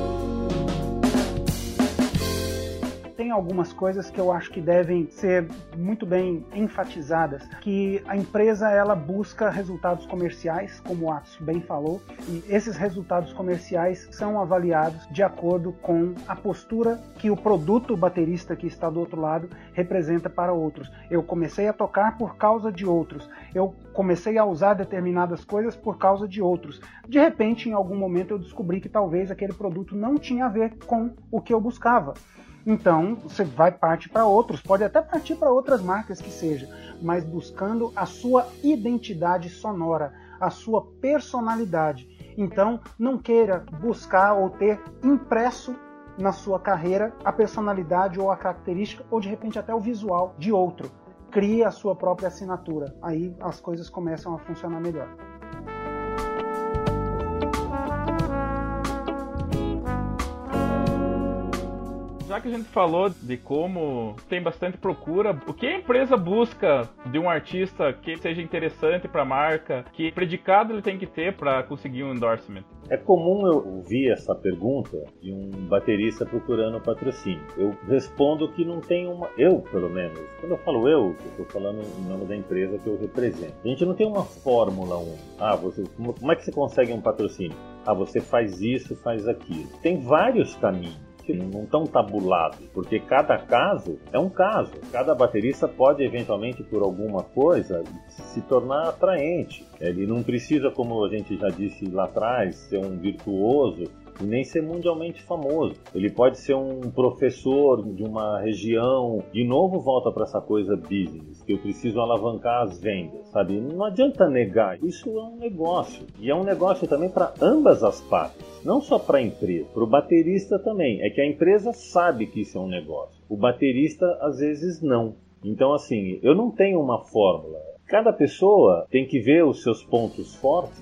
Speaker 4: Tem algumas coisas que eu acho que devem ser muito bem enfatizadas, que a empresa ela busca resultados comerciais, como o Atos bem falou, e esses resultados comerciais são avaliados de acordo com a postura que o produto baterista que está do outro lado representa para outros. Eu comecei a tocar por causa de outros, eu comecei a usar determinadas coisas por causa de outros. De repente, em algum momento eu descobri que talvez aquele produto não tinha a ver com o que eu buscava. Então, você vai partir para outros, pode até partir para outras marcas que seja, mas buscando a sua identidade sonora, a sua personalidade. Então, não queira buscar ou ter impresso na sua carreira a personalidade ou a característica, ou de repente até o visual de outro. Crie a sua própria assinatura, aí as coisas começam a funcionar melhor.
Speaker 3: Já que a gente falou de como tem bastante procura, o que a empresa busca de um artista que seja interessante para a marca? Que predicado ele tem que ter para conseguir um endorsement?
Speaker 5: É comum eu ouvir essa pergunta de um baterista procurando patrocínio. Eu respondo que não tem uma... Eu, pelo menos, quando eu falo eu, eu estou falando em nome da empresa que eu represento. A gente não tem uma fórmula um. Ah, você... como é que você consegue um patrocínio? Ah, você faz isso, faz aquilo. Tem vários caminhos. Não tão tabulado, porque cada caso é um caso. Cada baterista pode eventualmente, por alguma coisa, se tornar atraente. Ele não precisa, como a gente já disse lá atrás, ser um virtuoso e nem ser mundialmente famoso. Ele pode ser um professor de uma região. De novo volta para essa coisa business, que eu preciso alavancar as vendas, sabe? Não adianta negar, isso é um negócio. E é um negócio também para ambas as partes, não só para a empresa, para o baterista também. É que a empresa sabe que isso é um negócio, o baterista às vezes não. Então assim, eu não tenho uma fórmula. Cada pessoa tem que ver os seus pontos fortes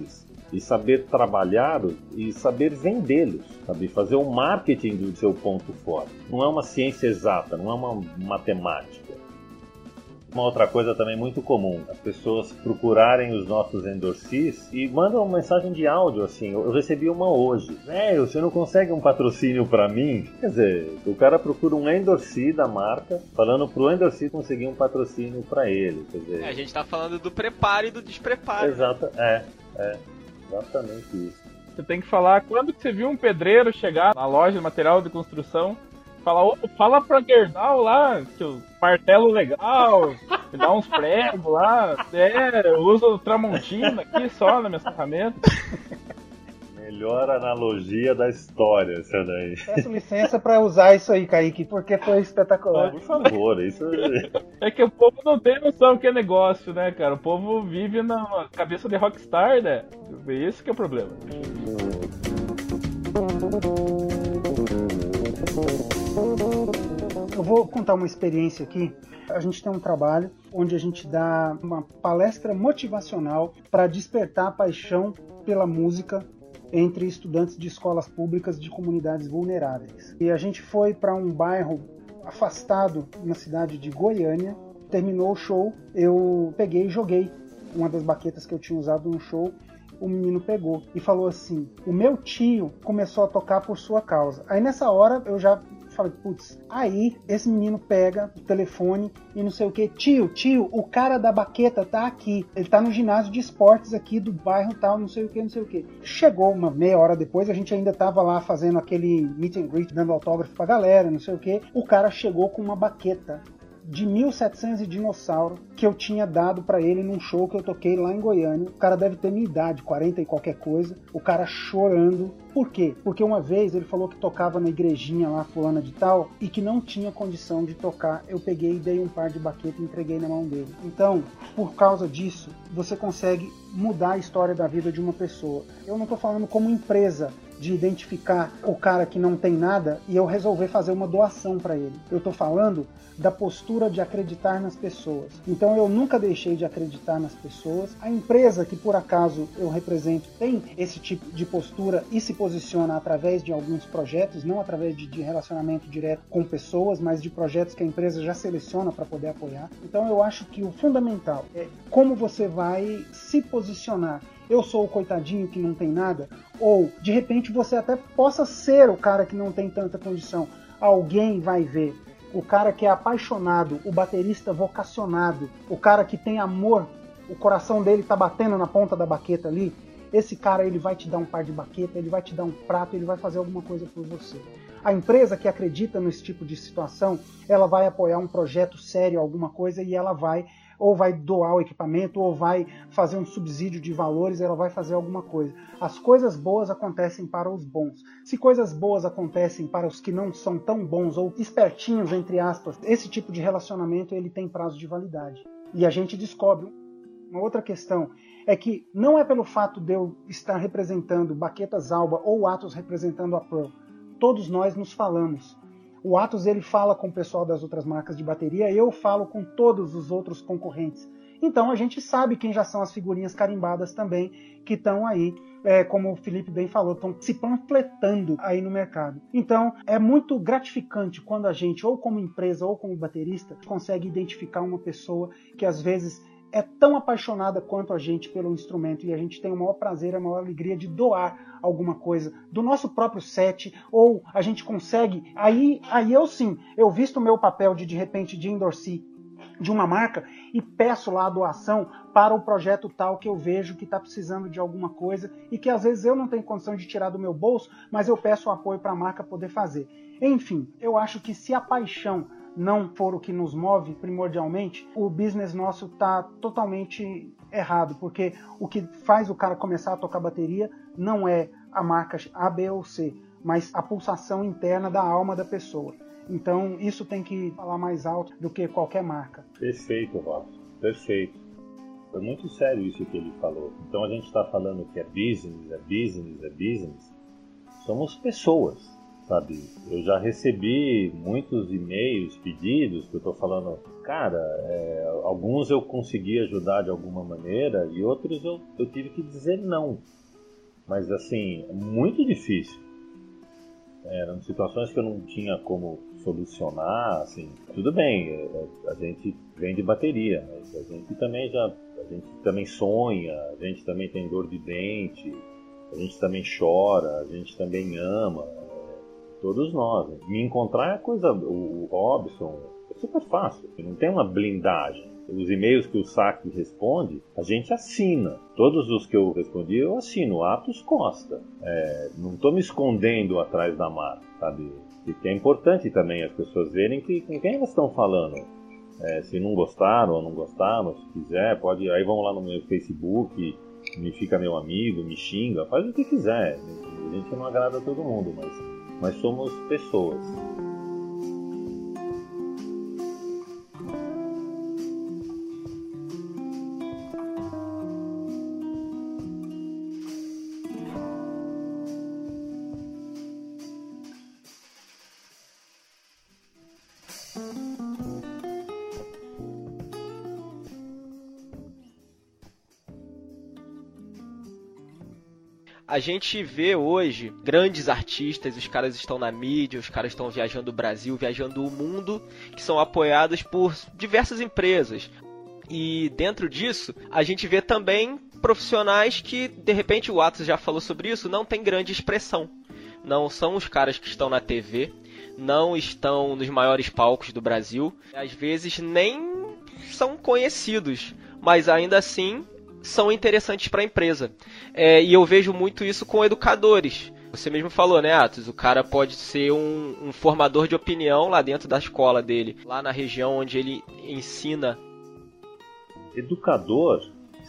Speaker 5: e saber trabalhá-los e saber vendê-los, sabe? Fazer o marketing do seu ponto forte. Não é uma ciência exata, não é uma matemática. Uma outra coisa também muito comum, as pessoas procurarem os nossos endorsees e mandam uma mensagem de áudio assim, eu recebi uma hoje. Velho, você não consegue um patrocínio pra mim? Quer dizer, o cara procura um endorsee da marca, falando pro endorsee conseguir um patrocínio pra ele. Quer dizer,
Speaker 2: é, a gente tá falando do preparo e do despreparo.
Speaker 5: Exato, é, é, exatamente isso.
Speaker 3: Você tem que falar, quando que você viu um pedreiro chegar na loja de material de construção, falar, ô, fala pra Gerdau lá, que eu martelo legal, me dá uns pregos lá, é, eu uso Tramontina aqui só na minha ferramenta.
Speaker 5: Melhor analogia da história, essa daí.
Speaker 4: Peço licença pra usar isso aí, Kaique, porque foi espetacular.
Speaker 5: Por favor, isso...
Speaker 3: É que o povo não tem noção do que é negócio, né, cara? O povo vive na cabeça de rockstar, né? Esse que é o problema.
Speaker 4: Eu vou contar uma experiência aqui. A gente tem um trabalho onde a gente dá uma palestra motivacional para despertar a paixão pela música entre estudantes de escolas públicas de comunidades vulneráveis. E a gente foi para um bairro afastado na cidade de Goiânia. Terminou o show, eu peguei e joguei uma das baquetas que eu tinha usado no show. O menino pegou e falou assim: o meu tio começou a tocar por sua causa. Aí nessa hora eu já falei, putz, aí esse menino pega o telefone e não sei o que, tio, tio, o cara da baqueta tá aqui, ele tá no ginásio de esportes aqui do bairro tal, não sei o que, não sei o que. Chegou uma meia hora depois, a gente ainda tava lá fazendo aquele meet and greet, dando autógrafo pra galera, não sei o que, o cara chegou com uma baqueta de mil e setecentos e dinossauro que eu tinha dado pra ele num show que eu toquei lá em Goiânia. O cara deve ter minha idade, quarenta e qualquer coisa. O cara chorando. Por quê? Porque uma vez ele falou que tocava na igrejinha lá, fulana de tal, e que não tinha condição de tocar. Eu peguei e dei um par de baqueta e entreguei na mão dele. Então, por causa disso, você consegue mudar a história da vida de uma pessoa. Eu não tô falando como empresa, de identificar o cara que não tem nada e eu resolver fazer uma doação para ele. Eu tô falando da postura de acreditar nas pessoas. Então eu nunca deixei de acreditar nas pessoas. A empresa que por acaso eu represento tem esse tipo de postura e se posiciona através de alguns projetos, não através de, de relacionamento direto com pessoas, mas de projetos que a empresa já seleciona para poder apoiar. Então eu acho que o fundamental é como você vai se posicionar. Eu sou o coitadinho que não tem nada, ou de repente você até possa ser o cara que não tem tanta condição. Alguém vai ver. O cara que é apaixonado, o baterista vocacionado, o cara que tem amor, o coração dele tá batendo na ponta da baqueta ali, esse cara ele vai te dar um par de baqueta, ele vai te dar um prato, ele vai fazer alguma coisa por você. A empresa que acredita nesse tipo de situação, ela vai apoiar um projeto sério, alguma coisa, e ela vai ou vai doar o equipamento, ou vai fazer um subsídio de valores, ela vai fazer alguma coisa. As coisas boas acontecem para os bons. Se coisas boas acontecem para os que não são tão bons, ou espertinhos, entre aspas, esse tipo de relacionamento ele tem prazo de validade. E a gente descobre. Uma outra questão é que não é pelo fato de eu estar representando Baquetas Alba ou Atos representando a Pearl. Todos nós nos falamos. O Atos ele fala com o pessoal das outras marcas de bateria, eu falo com todos os outros concorrentes. Então a gente sabe quem já são as figurinhas carimbadas também, que estão aí, é, como o Felipe bem falou, estão se panfletando aí no mercado. Então é muito gratificante quando a gente, ou como empresa ou como baterista, consegue identificar uma pessoa que às vezes é tão apaixonada quanto a gente pelo instrumento e a gente tem o maior prazer, a maior alegria de doar alguma coisa do nosso próprio set, ou a gente consegue, aí, aí eu sim, eu visto o meu papel de de repente de endorsee de uma marca e peço lá a doação para o projeto tal que eu vejo que está precisando de alguma coisa e que às vezes eu não tenho condição de tirar do meu bolso, mas eu peço o apoio para a marca poder fazer. Enfim, eu acho que se a paixão não for o que nos move primordialmente, o business nosso está totalmente errado, porque o que faz o cara começar a tocar bateria não é a marca A, B ou C, mas a pulsação interna da alma da pessoa. Então isso tem que falar mais alto do que qualquer marca.
Speaker 5: Perfeito, Robson, perfeito. Foi muito sério isso que ele falou. Então a gente está falando que é business, é business, é business. Somos pessoas. Sabe, eu já recebi muitos e-mails, pedidos, que eu tô falando, cara, é, alguns eu consegui ajudar de alguma maneira e outros eu, eu tive que dizer não. mas assim, muito difícil. Eram situações que eu não tinha como solucionar, assim, tudo bem, a gente vende bateria, mas a gente também já, a gente também sonha, a gente também tem dor de dente, a gente também chora, a gente também ama, todos nós. Me encontrar é coisa, o Robson, é super fácil, não tem uma blindagem. Os e-mails que o S A C responde, a gente assina. Todos os que eu respondi, eu assino. Atos Costa. É, não estou me escondendo atrás da marca, sabe? Porque é importante também as pessoas verem que, com quem elas estão falando. É, se não gostaram ou não gostaram, se quiser, pode. Aí vão lá no meu Facebook, me fica meu amigo, me xinga, faz o que quiser. A gente não agrada a todo mundo, mas, mas somos pessoas.
Speaker 2: A gente vê hoje grandes artistas, os caras estão na mídia, os caras estão viajando o Brasil, viajando o mundo, que são apoiados por diversas empresas. E dentro disso, a gente vê também profissionais que, de repente, o Atos já falou sobre isso, não tem grande expressão. Não são os caras que estão na T V, não estão nos maiores palcos do Brasil, às vezes nem são conhecidos, mas ainda assim são interessantes para a empresa. É, e eu vejo muito isso com educadores. Você mesmo falou, né, Atos? O cara pode ser um, um formador de opinião lá dentro da escola dele, lá na região onde ele ensina.
Speaker 5: Educador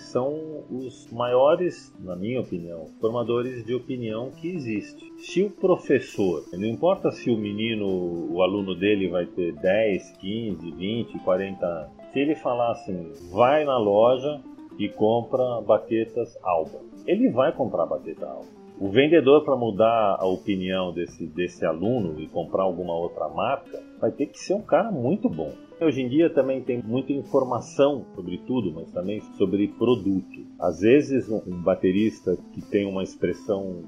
Speaker 5: são os maiores, na minha opinião, formadores de opinião que existe. Se o professor, não importa se o menino, o aluno dele vai ter dez, quinze, vinte, quarenta anos, se ele falar assim, vai na loja e compra baquetas Alba. Ele vai comprar baqueta Alba. O vendedor, para mudar a opinião desse, desse aluno e comprar alguma outra marca, vai ter que ser um cara muito bom. Hoje em dia também tem muita informação sobre tudo, mas também sobre produto. Às vezes um, um baterista que tem uma expressão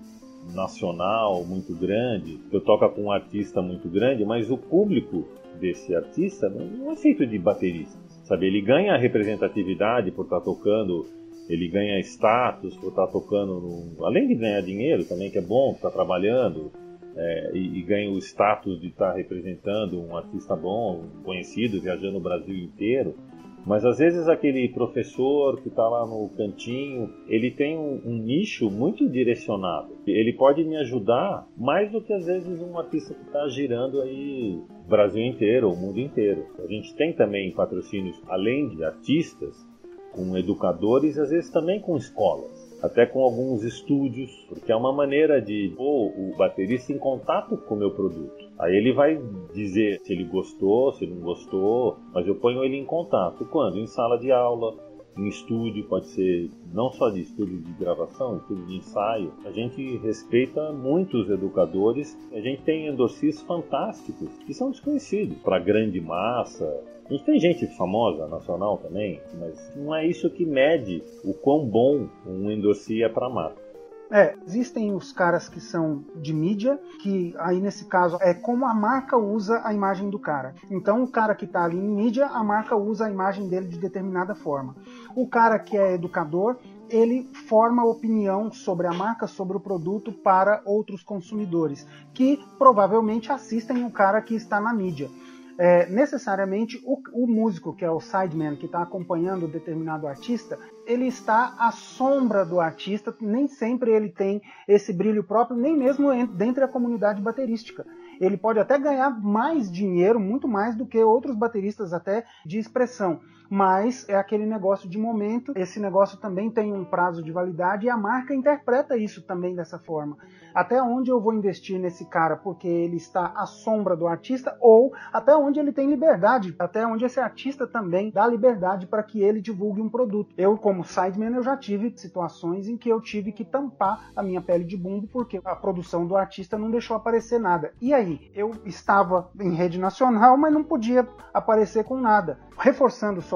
Speaker 5: nacional muito grande, que toca com um artista muito grande, mas o público desse artista não é feito de bateristas. Sabe, ele ganha representatividade por estar tocando, ele ganha status por estar tocando, no... além de ganhar dinheiro também, que é bom, estar trabalhando, é, e, e ganha o status de estar representando um artista bom, conhecido, viajando o Brasil inteiro. Mas às vezes aquele professor que está lá no cantinho, ele tem um, um nicho muito direcionado. Ele pode me ajudar mais do que às vezes um artista que está girando aí o Brasil inteiro, o mundo inteiro. A gente tem também patrocínios, além de artistas, com educadores, às vezes também com escolas. Até com alguns estúdios, porque é uma maneira de pôr o baterista em contato com o meu produto. Aí ele vai dizer se ele gostou, se não gostou, mas eu ponho ele em contato. Quando? Em sala de aula, em estúdio, pode ser não só de estúdio de gravação, estúdio de ensaio. A gente respeita muito os educadores, a gente tem endorcistas fantásticos, que são desconhecidos para a grande massa. A gente tem gente famosa, nacional também, mas não é isso que mede o quão bom um endorsia é para a marca.
Speaker 4: É, existem os caras que são de mídia, que aí nesse caso é como a marca usa a imagem do cara. Então o cara que está ali em mídia, a marca usa a imagem dele de determinada forma. O cara que é educador, ele forma opinião sobre a marca, sobre o produto para outros consumidores, que provavelmente assistem o cara que está na mídia. É, necessariamente o, o músico, que é o sideman, que está acompanhando determinado artista, ele está à sombra do artista, nem sempre ele tem esse brilho próprio, nem mesmo dentro da comunidade baterística. Ele pode até ganhar mais dinheiro, muito mais do que outros bateristas até de expressão, mas é aquele negócio de momento, esse negócio também tem um prazo de validade e a marca interpreta isso também dessa forma. Até onde eu vou investir nesse cara porque ele está à sombra do artista, ou até onde ele tem liberdade, até onde esse artista também dá liberdade para que ele divulgue um produto. Eu, como sideman, eu já tive situações em que eu tive que tampar a minha pele de bumbo porque a produção do artista não deixou aparecer nada. E aí? Eu estava em rede nacional, mas não podia aparecer com nada. Reforçando só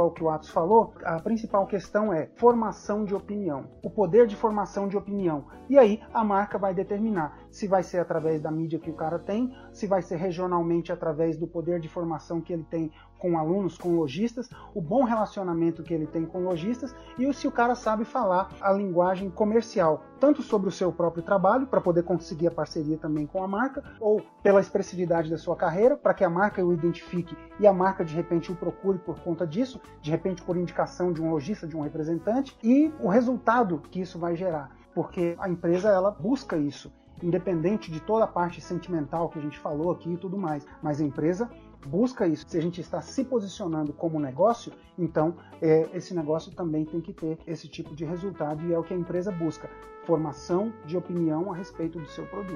Speaker 4: ao que o Atos falou, a principal questão é formação de opinião, o poder de formação de opinião. E aí a marca vai determinar se vai ser através da mídia que o cara tem, se vai ser regionalmente através do poder de formação que ele tem com alunos, com lojistas, o bom relacionamento que ele tem com lojistas e se o cara sabe falar a linguagem comercial, tanto sobre o seu próprio trabalho, para poder conseguir a parceria também com a marca, ou pela expressividade da sua carreira, para que a marca o identifique e a marca de repente o procure por conta disso, de repente por indicação de um lojista, de um representante, e o resultado que isso vai gerar, porque a empresa ela busca isso, independente de toda a parte sentimental que a gente falou aqui e tudo mais, mas a empresa busca isso. Se a gente está se posicionando como negócio, então é, esse negócio também tem que ter esse tipo de resultado e é o que a empresa busca, formação de opinião a respeito do seu produto.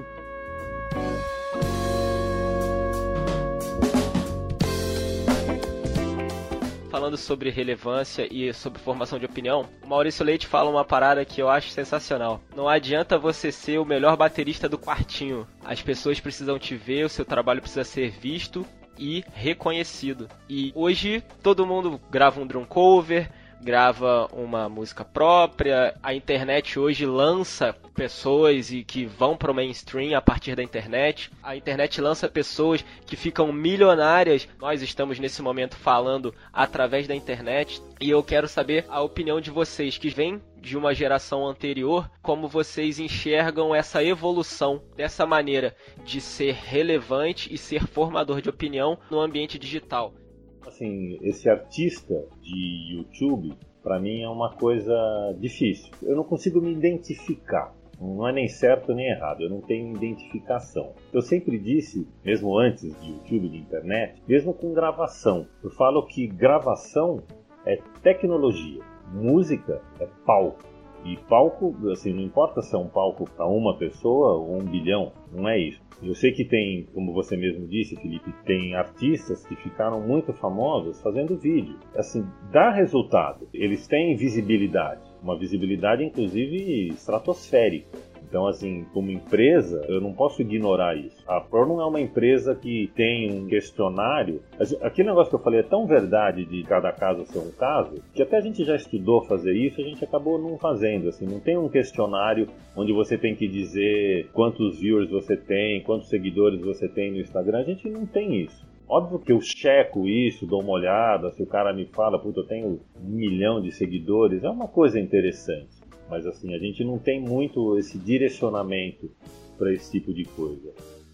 Speaker 2: Falando sobre relevância e sobre formação de opinião, o Maurício Leite fala uma parada que eu acho sensacional. Não adianta você ser o melhor baterista do quartinho. As pessoas precisam te ver, o seu trabalho precisa ser visto e reconhecido. E hoje todo mundo grava um drum cover, grava uma música própria, a internet hoje lança pessoas e que vão para o mainstream a partir da internet, a internet lança pessoas que ficam milionárias, nós estamos nesse momento falando através da internet, e eu quero saber a opinião de vocês que vêm de uma geração anterior, como vocês enxergam essa evolução dessa maneira de ser relevante e ser formador de opinião no ambiente digital.
Speaker 5: Assim, esse artista de YouTube, para mim é uma coisa difícil. Eu não consigo me identificar. Não é nem certo nem errado, eu não tenho identificação. Eu sempre disse, mesmo antes de YouTube, de internet, mesmo com gravação, eu falo que gravação é tecnologia, música é palco. E palco, assim, não importa se é um palco para uma pessoa ou um bilhão, não é isso. Eu sei que tem, como você mesmo disse, Felipe, tem artistas que ficaram muito famosos fazendo vídeo. Assim, dá resultado. Eles têm visibilidade, uma visibilidade inclusive estratosférica. Então, assim, como empresa, eu não posso ignorar isso. A Pro não é uma empresa que tem um questionário. Aquele negócio que eu falei é tão verdade de cada caso ser um caso, que até a gente já estudou fazer isso, a gente acabou não fazendo. Assim, não tem um questionário onde você tem que dizer quantos viewers você tem, quantos seguidores você tem no Instagram. A gente não tem isso. Óbvio que eu checo isso, dou uma olhada, se o cara me fala, puta, eu tenho um milhão de seguidores, é uma coisa interessante. Mas assim, a gente não tem muito esse direcionamento para esse tipo de coisa.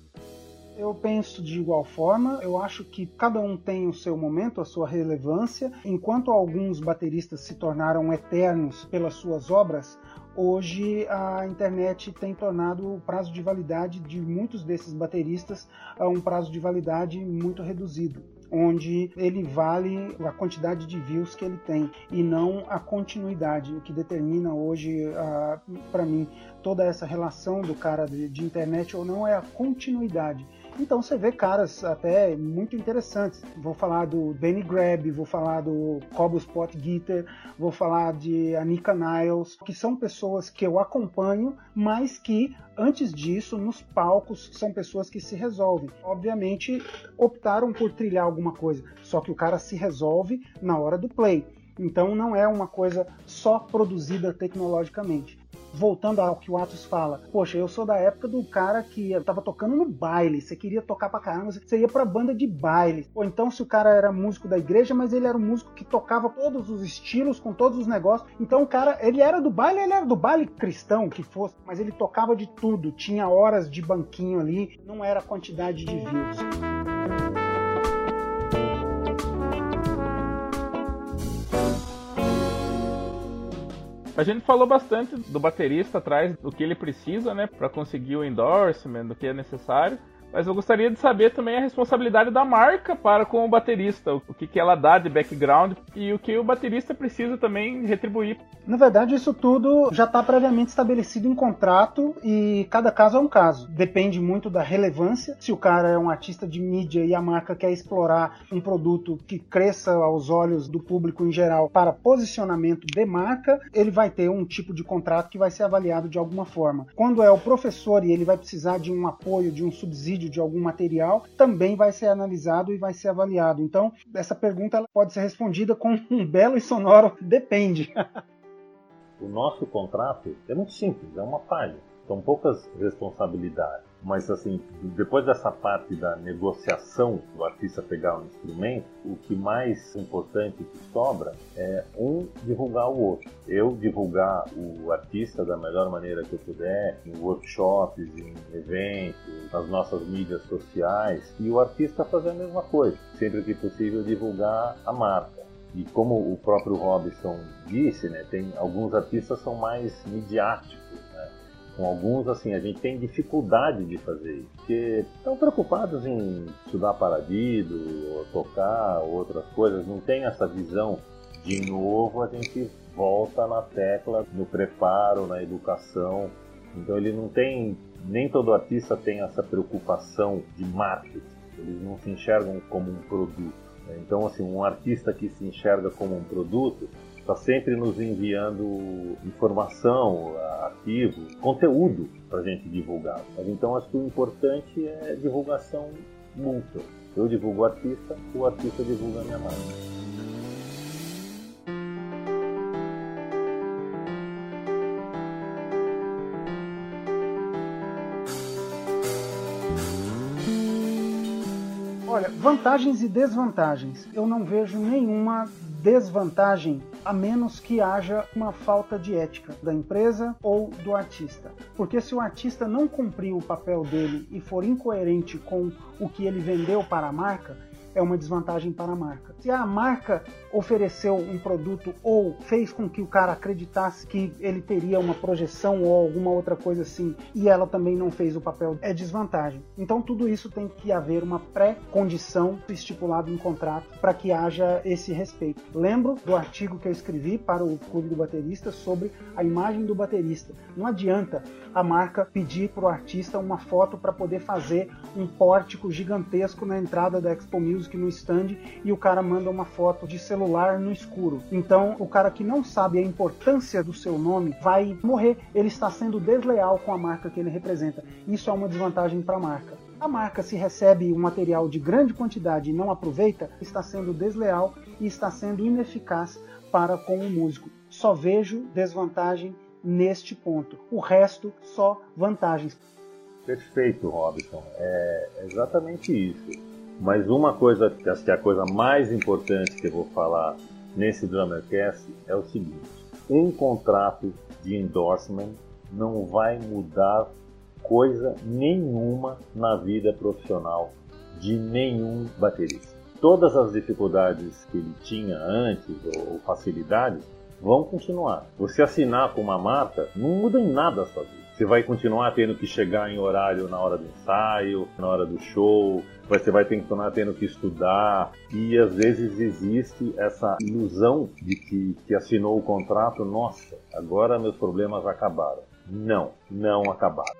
Speaker 4: Eu penso de igual forma, eu acho que cada um tem o seu momento, a sua relevância. Enquanto alguns bateristas se tornaram eternos pelas suas obras, hoje a internet tem tornado o prazo de validade de muitos desses bateristas a um prazo de validade muito reduzido, onde ele vale a quantidade de views que ele tem e não a continuidade. O que determina hoje, uh, para mim, toda essa relação do cara de, de internet ou não é a continuidade. Então você vê caras até muito interessantes. Vou falar do Benny Greb, vou falar do Cobo Spot Guitar, vou falar de Anika Niles, que são pessoas que eu acompanho, mas que antes disso, nos palcos, são pessoas que se resolvem. Obviamente, optaram por trilhar alguma coisa, só que o cara se resolve na hora do play. Então não é uma coisa só produzida tecnologicamente. Voltando ao que o Atos fala, poxa, eu sou da época do cara que tava tocando no baile, você queria tocar pra caramba, você ia pra banda de baile. Ou então se o cara era músico da igreja, mas ele era um músico que tocava todos os estilos, com todos os negócios. Então o cara, ele era do baile, ele era do baile cristão, que fosse, mas ele tocava de tudo, tinha horas de banquinho ali, não era a quantidade de views.
Speaker 3: A gente falou bastante do baterista atrás, do que ele precisa, né, para conseguir o endorsement, do que é necessário. Mas eu gostaria de saber também a responsabilidade da marca para com o baterista, o que, que ela dá de background e o que o baterista precisa também retribuir.
Speaker 4: Na verdade, isso tudo já está previamente estabelecido em contrato e cada caso é um caso. Depende muito da relevância. Se o cara é um artista de mídia e a marca quer explorar um produto que cresça aos olhos do público em geral para posicionamento de marca, ele vai ter um tipo de contrato que vai ser avaliado de alguma forma. Quando é o professor e ele vai precisar de um apoio, de um subsídio vídeo, de algum material, também vai ser analisado e vai ser avaliado. Então, essa pergunta ela pode ser respondida com um belo e sonoro depende.
Speaker 5: O nosso contrato é muito simples, é uma palha. São poucas responsabilidades. Mas, assim, depois dessa parte da negociação do artista pegar um instrumento, o que mais importante que sobra é um divulgar o outro. Eu divulgar o artista da melhor maneira que eu puder, em workshops, em eventos, nas nossas mídias sociais, e o artista fazer a mesma coisa. Sempre que possível, divulgar a marca. E como o próprio Robson disse, né, tem, alguns artistas são mais midiáticos, né? Com alguns, assim, a gente tem dificuldade de fazer isso, porque estão preocupados em estudar paradido, ou tocar, ou outras coisas, não tem essa visão. De novo, a gente volta na tecla, no preparo, na educação. Então ele não tem, nem todo artista tem essa preocupação de marketing, eles não se enxergam como um produto. Então, assim, um artista que se enxerga como um produto está sempre nos enviando informação, arquivo, conteúdo para a gente divulgar. Mas então acho que o importante é divulgação mútua. Eu divulgo o artista, o artista divulga a minha marca.
Speaker 4: Olha, vantagens e desvantagens. Eu não vejo nenhuma desvantagem a menos que haja uma falta de ética da empresa ou do artista. Porque se o artista não cumprir o papel dele e for incoerente com o que ele vendeu para a marca, é uma desvantagem para a marca. Se a marca ofereceu um produto ou fez com que o cara acreditasse que ele teria uma projeção ou alguma outra coisa assim, e ela também não fez o papel, é desvantagem. Então tudo isso tem que haver uma pré-condição estipulada em contrato para que haja esse respeito. Lembro do artigo que eu escrevi para o Clube do Baterista sobre a imagem do baterista. Não adianta a marca pedir para o artista uma foto para poder fazer um pórtico gigantesco na entrada da Expo Music no stand e o cara manda uma foto de celular no escuro. Então o cara que não sabe a importância do seu nome vai morrer. Ele está sendo desleal com a marca que ele representa. Isso é uma desvantagem para a marca. A marca, se recebe um material de grande quantidade e não aproveita, está sendo desleal e está sendo ineficaz para com o músico. Só vejo desvantagem neste ponto. O resto, só vantagens.
Speaker 5: Perfeito, Robson. É exatamente isso. Mas uma coisa, que acho que é a coisa mais importante que eu vou falar nesse Drummercast é o seguinte: um contrato de endorsement não vai mudar coisa nenhuma na vida profissional de nenhum baterista. Todas as dificuldades que ele tinha antes, ou facilidades, vão continuar. Você assinar com uma marca não muda em nada a sua vida. Você vai continuar tendo que chegar em horário na hora do ensaio, na hora do show, você vai ter que continuar tendo que estudar, e às vezes existe essa ilusão de que, que assinou o contrato, nossa, agora meus problemas acabaram. Não, não acabaram.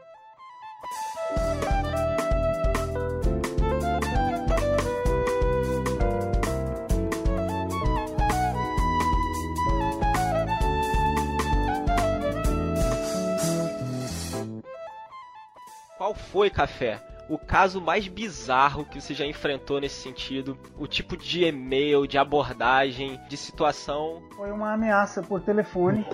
Speaker 2: Qual foi, Café, o caso mais bizarro que você já enfrentou nesse sentido? O tipo de e-mail, de abordagem, de situação?
Speaker 4: Foi uma ameaça por telefone.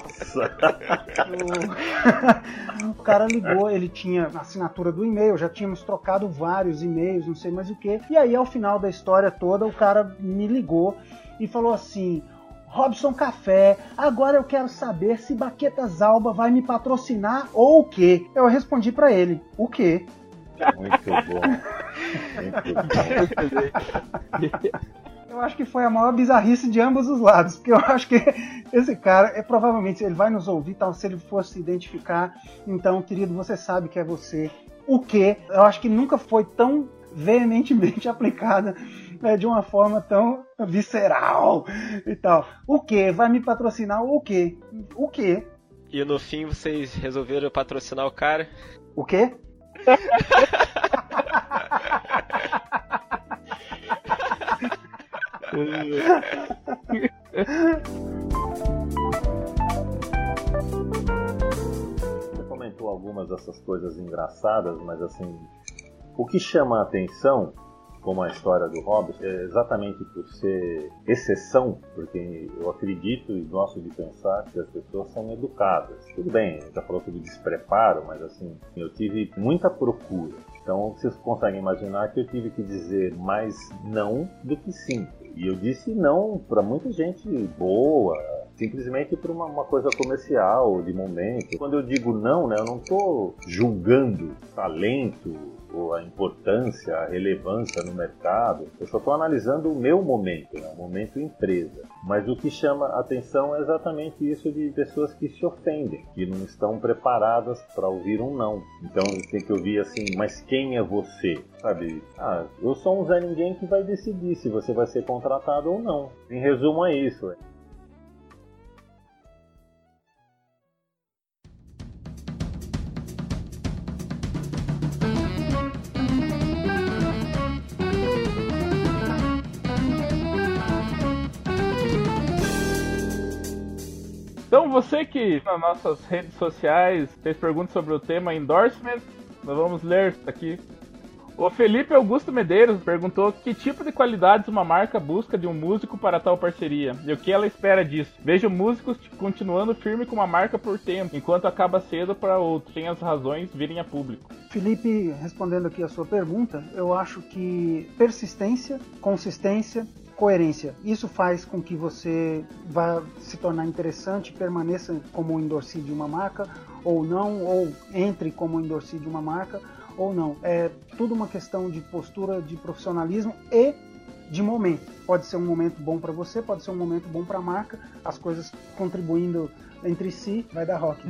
Speaker 4: o... o cara ligou, ele tinha a assinatura do e-mail, já tínhamos trocado vários e-mails, não sei mais o que. E aí, ao final da história toda, o cara me ligou e falou assim: Robson Café, agora eu quero saber se Baquetas Alba vai me patrocinar ou o quê? Eu respondi pra ele: o quê?
Speaker 5: Muito bom. Muito bom.
Speaker 4: Eu acho que foi a maior bizarrice de ambos os lados, porque eu acho que esse cara, é, provavelmente, ele vai nos ouvir, tal, se ele fosse se identificar. Então, querido, você sabe que é você. O quê? Eu acho que nunca foi tão veementemente aplicada, né, de uma forma tão visceral e tal. O quê? Vai me patrocinar o quê? O quê?
Speaker 2: E no fim vocês resolveram patrocinar o cara?
Speaker 4: O quê?
Speaker 5: Você comentou algumas dessas coisas engraçadas, mas assim, O que chama a atenção, como a história do Robson, é exatamente por ser exceção, porque eu acredito e gosto de pensar que as pessoas são educadas. Tudo bem, a gente já falou sobre despreparo, mas assim, eu tive muita procura. Então vocês conseguem imaginar que eu tive que dizer mais não do que sim. E eu disse não para muita gente boa, simplesmente por uma, uma coisa comercial, de momento. Quando eu digo não, né, eu não estou julgando talento, ou a importância, a relevância no mercado. Eu só estou analisando o meu momento, né, o momento empresa. Mas o que chama a atenção é exatamente isso de pessoas que se ofendem, que não estão preparadas para ouvir um não. Então tem que ouvir assim, mas quem é você? Sabe? Ah, eu sou um Zé Ninguém que vai decidir se você vai ser contratado ou não. Em resumo é isso.
Speaker 3: Então você que nas nossas redes sociais fez perguntas sobre o tema endorsement, nós vamos ler aqui. O Felipe Augusto Medeiros perguntou que tipo de qualidades uma marca busca de um músico para tal parceria e o que ela espera disso. Vejo músicos continuando firme com uma marca por tempo, enquanto acaba cedo para outros, sem as razões virem a público.
Speaker 4: Felipe, respondendo aqui a sua pergunta, eu acho que persistência, consistência, coerência. Isso faz com que você vá se tornar interessante, permaneça como endorsee de uma marca ou não, ou entre como endorsee de uma marca ou não. É tudo uma questão de postura, de profissionalismo e de momento. Pode ser um momento bom para você, pode ser um momento bom para a marca, as coisas contribuindo entre si, vai dar rock.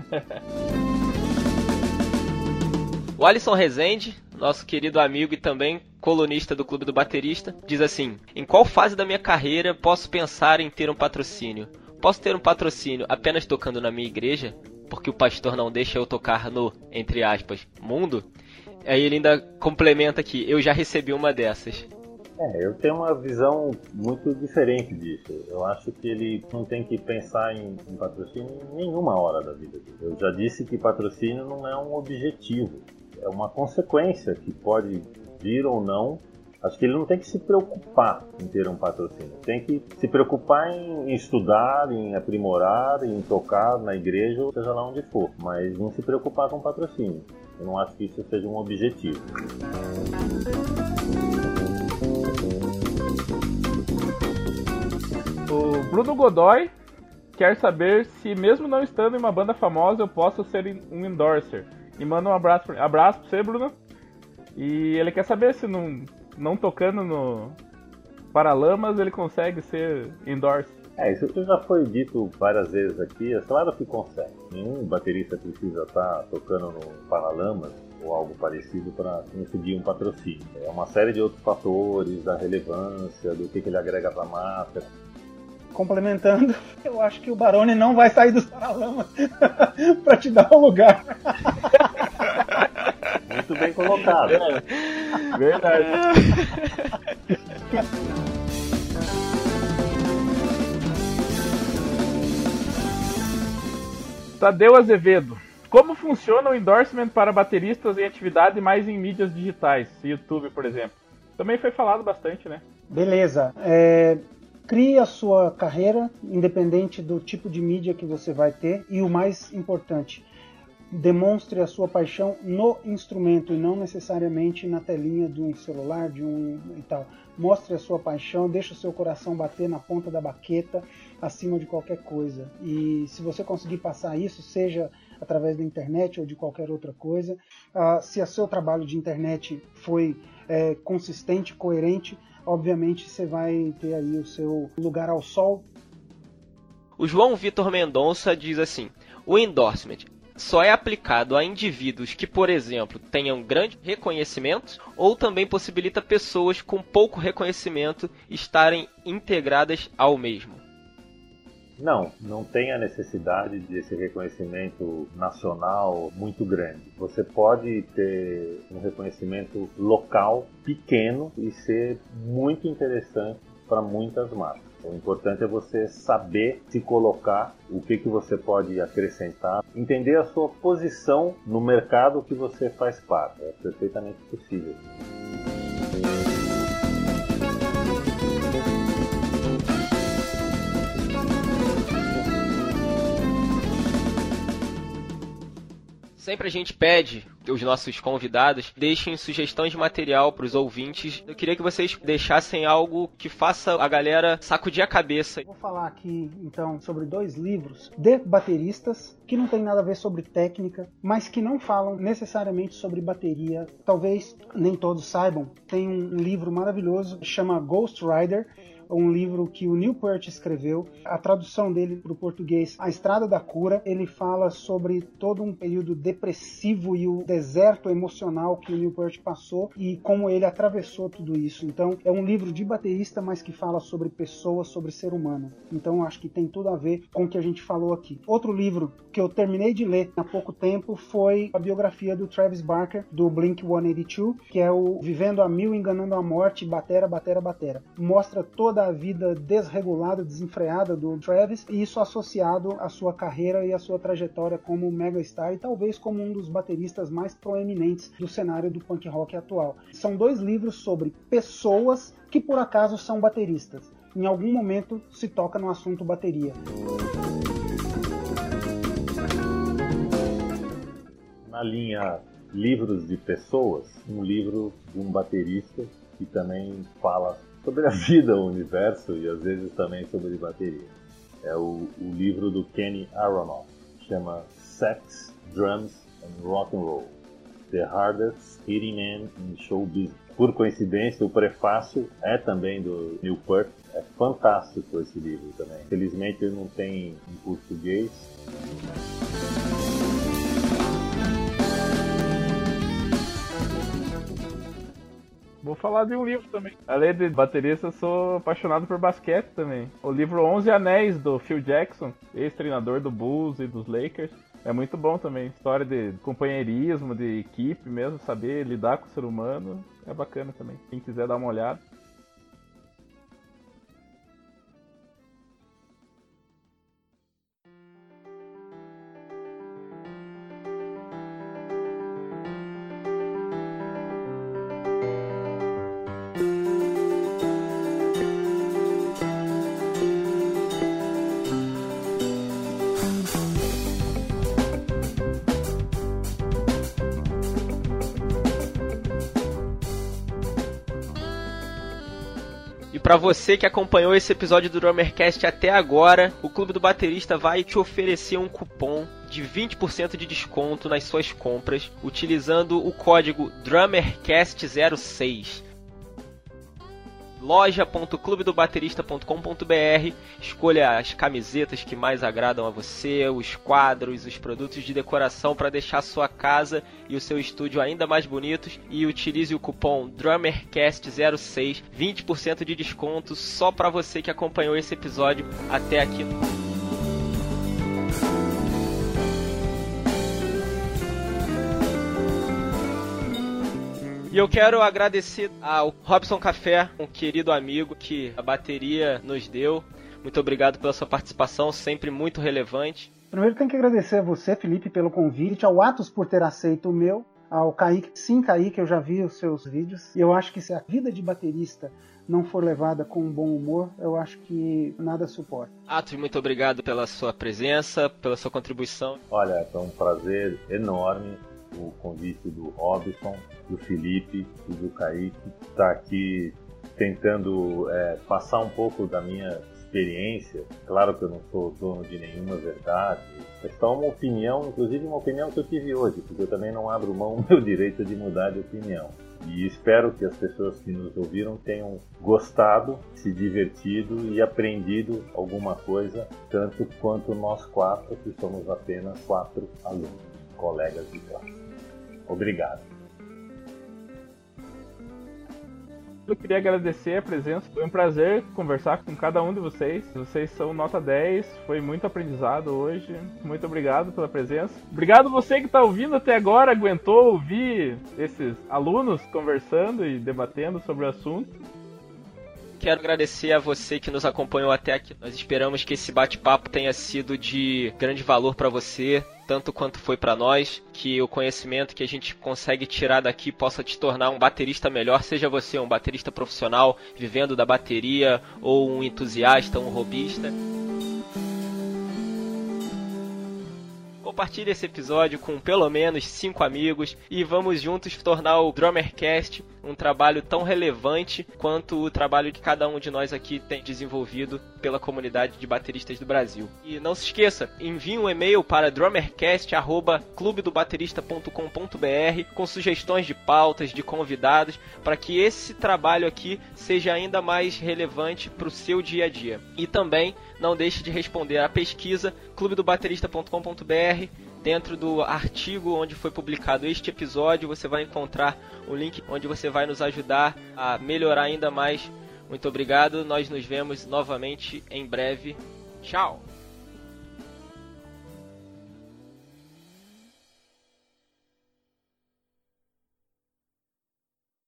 Speaker 2: O Alisson Rezende, nosso querido amigo e também colunista do Clube do Baterista, diz assim: em qual fase da minha carreira posso pensar em ter um patrocínio? Posso ter um patrocínio apenas tocando na minha igreja, porque o pastor não deixa eu tocar no, entre aspas, mundo? Aí ele ainda complementa aqui: eu já recebi uma dessas.
Speaker 5: É, eu tenho uma visão muito diferente disso. Eu acho que ele não tem que pensar em, em patrocínio em nenhuma hora da vida dele. Eu já disse que patrocínio não é um objetivo, é uma consequência que pode vir ou não. Acho que ele não tem que se preocupar em ter um patrocínio. Tem que se preocupar em estudar, em aprimorar, em tocar na igreja, ou seja lá onde for. Mas não se preocupar com patrocínio. Eu não acho que isso seja um objetivo.
Speaker 3: O Bruno Godoy quer saber se, mesmo não estando em uma banda famosa, eu posso ser um endorser. E manda um abraço pra, abraço pra você, Bruno. E ele quer saber se não, não tocando no Paralamas ele consegue ser endorse.
Speaker 5: É, isso já foi dito várias vezes aqui. É claro que consegue. Nenhum baterista precisa estar tocando no Paralamas ou algo parecido para conseguir um patrocínio. É uma série de outros fatores, da relevância, do que, que ele agrega para a marca.
Speaker 4: Complementando, eu acho que o Barone não vai sair dos Paralamas para te dar um lugar.
Speaker 5: Muito bem colocado.
Speaker 3: É, verdade. Tadeu Azevedo. Como funciona o endorsement para bateristas em atividade mais em mídias digitais, YouTube, por exemplo? Também foi falado bastante, né?
Speaker 4: Beleza. É... Crie a sua carreira, independente do tipo de mídia que você vai ter. E o mais importante, demonstre a sua paixão no instrumento e não necessariamente na telinha de um celular, de um e tal. Mostre a sua paixão, deixe o seu coração bater na ponta da baqueta, acima de qualquer coisa. E se você conseguir passar isso, seja através da internet ou de qualquer outra coisa, uh, se o seu trabalho de internet foi é, consistente, coerente, obviamente você vai ter aí o seu lugar ao sol.
Speaker 2: O João Vitor Mendonça diz assim: o endorsement só é aplicado a indivíduos que, por exemplo, tenham grande reconhecimento, ou também possibilita pessoas com pouco reconhecimento estarem integradas ao mesmo?
Speaker 5: Não, não tem a necessidade desse reconhecimento nacional muito grande. Você pode ter um reconhecimento local pequeno e ser muito interessante para muitas marcas. O importante é você saber se colocar, o que, que você pode acrescentar, entender a sua posição no mercado que você faz parte. É perfeitamente possível.
Speaker 2: Sempre a gente pede que os nossos convidados deixem sugestões de material para os ouvintes. Eu queria que vocês deixassem algo que faça a galera sacudir a cabeça.
Speaker 4: Vou falar aqui, então, sobre dois livros de bateristas que não tem nada a ver sobre técnica, mas que não falam necessariamente sobre bateria. Talvez nem todos saibam. Tem um livro maravilhoso que chama Ghost Rider, um livro que o Neil Peart escreveu. A tradução dele para o português, A Estrada da Cura. Ele fala sobre todo um período depressivo e o deserto emocional que o Neil Peart passou e como ele atravessou tudo isso. Então, é um livro de baterista, mas que fala sobre pessoas, sobre ser humano. Então, acho que tem tudo a ver com o que a gente falou aqui. Outro livro que eu terminei de ler há pouco tempo foi a biografia do Travis Barker, do Blink cento e oitenta e dois, que é o Vivendo a Mil, Enganando a Morte, Batera, Batera, Batera. Mostra toda a vida desregulada, desenfreada do Travis, e isso associado à sua carreira e à sua trajetória como megastar e talvez como um dos bateristas mais proeminentes do cenário do punk rock atual. São dois livros sobre pessoas que por acaso são bateristas. Em algum momento se toca no assunto bateria.
Speaker 5: Na linha Livros de Pessoas, um livro de um baterista que também fala sobre a vida, o universo e às vezes também sobre bateria. É o, o livro do Kenny Aronoff, chama Sex, Drums and Rock and Roll, The Hardest Hitting Man in Show Business. Por coincidência, o prefácio é também do Neil Peart. É fantástico esse livro também. Infelizmente ele não tem em português.
Speaker 3: Vou falar de um livro também. Além de baterista, eu sou apaixonado por basquete também. O livro Onze Anéis, do Phil Jackson, ex-treinador do Bulls e dos Lakers. É muito bom também. História de companheirismo, de equipe mesmo, saber lidar com o ser humano. É bacana também. Quem quiser dar uma olhada.
Speaker 2: Pra você que acompanhou esse episódio do Drummercast até agora, o Clube do Baterista vai te oferecer um cupom de vinte por cento de desconto nas suas compras, utilizando o código DRUMMERCAST zero seis. loja ponto clube do baterista ponto com ponto b r. Escolha as camisetas que mais agradam a você, os quadros, os produtos de decoração para deixar a sua casa e o seu estúdio ainda mais bonitos, e utilize o cupom DRUMMERCAST zero seis, vinte por cento de desconto só para você que acompanhou esse episódio até aqui. E eu quero agradecer ao Robson Café, um querido amigo que a bateria nos deu. Muito obrigado pela sua participação, sempre muito relevante.
Speaker 4: Primeiro tenho que agradecer a você, Felipe, pelo convite, ao Atos por ter aceito o meu, ao Kaique. Sim, Kaique, eu já vi os seus vídeos. E eu acho que se a vida de baterista não for levada com um bom humor, eu acho que nada suporta.
Speaker 2: Atos, muito obrigado pela sua presença, pela sua contribuição.
Speaker 5: Olha, é um prazer enorme o convite do Robson, do Felipe e do Kaique, estar aqui tentando é, passar um pouco da minha experiência. Claro que eu não sou dono de nenhuma verdade, é só uma opinião, inclusive uma opinião que eu tive hoje, porque eu também não abro mão do meu direito de mudar de opinião. E espero que as pessoas que nos ouviram tenham gostado, se divertido e aprendido alguma coisa, tanto quanto nós quatro, que somos apenas quatro alunos, colegas de classe. Obrigado.
Speaker 3: Eu queria agradecer a presença, foi um prazer conversar com cada um de vocês. Vocês são nota dez, foi muito aprendizado hoje. Muito obrigado pela presença. Obrigado você que está ouvindo até agora, aguentou ouvir esses alunos conversando e debatendo sobre o assunto.
Speaker 2: Quero agradecer a você que nos acompanhou até aqui. Nós esperamos que esse bate-papo tenha sido de grande valor para você, tanto quanto foi para nós, que o conhecimento que a gente consegue tirar daqui possa te tornar um baterista melhor, seja você um baterista profissional, vivendo da bateria, ou um entusiasta, um hobbyista. Compartilhe esse episódio com pelo menos cinco amigos e vamos juntos tornar o Drummercast um trabalho tão relevante quanto o trabalho que cada um de nós aqui tem desenvolvido pela comunidade de bateristas do Brasil. E não se esqueça, envie um e-mail para drummercast arroba clube do baterista ponto com ponto b r com sugestões de pautas, de convidados, para que esse trabalho aqui seja ainda mais relevante para o seu dia a dia. E também não deixe de responder à pesquisa clube do baterista ponto com ponto b r. Dentro do artigo onde foi publicado este episódio, você vai encontrar um link onde você vai nos ajudar a melhorar ainda mais. Muito obrigado, nós nos vemos novamente em breve. Tchau!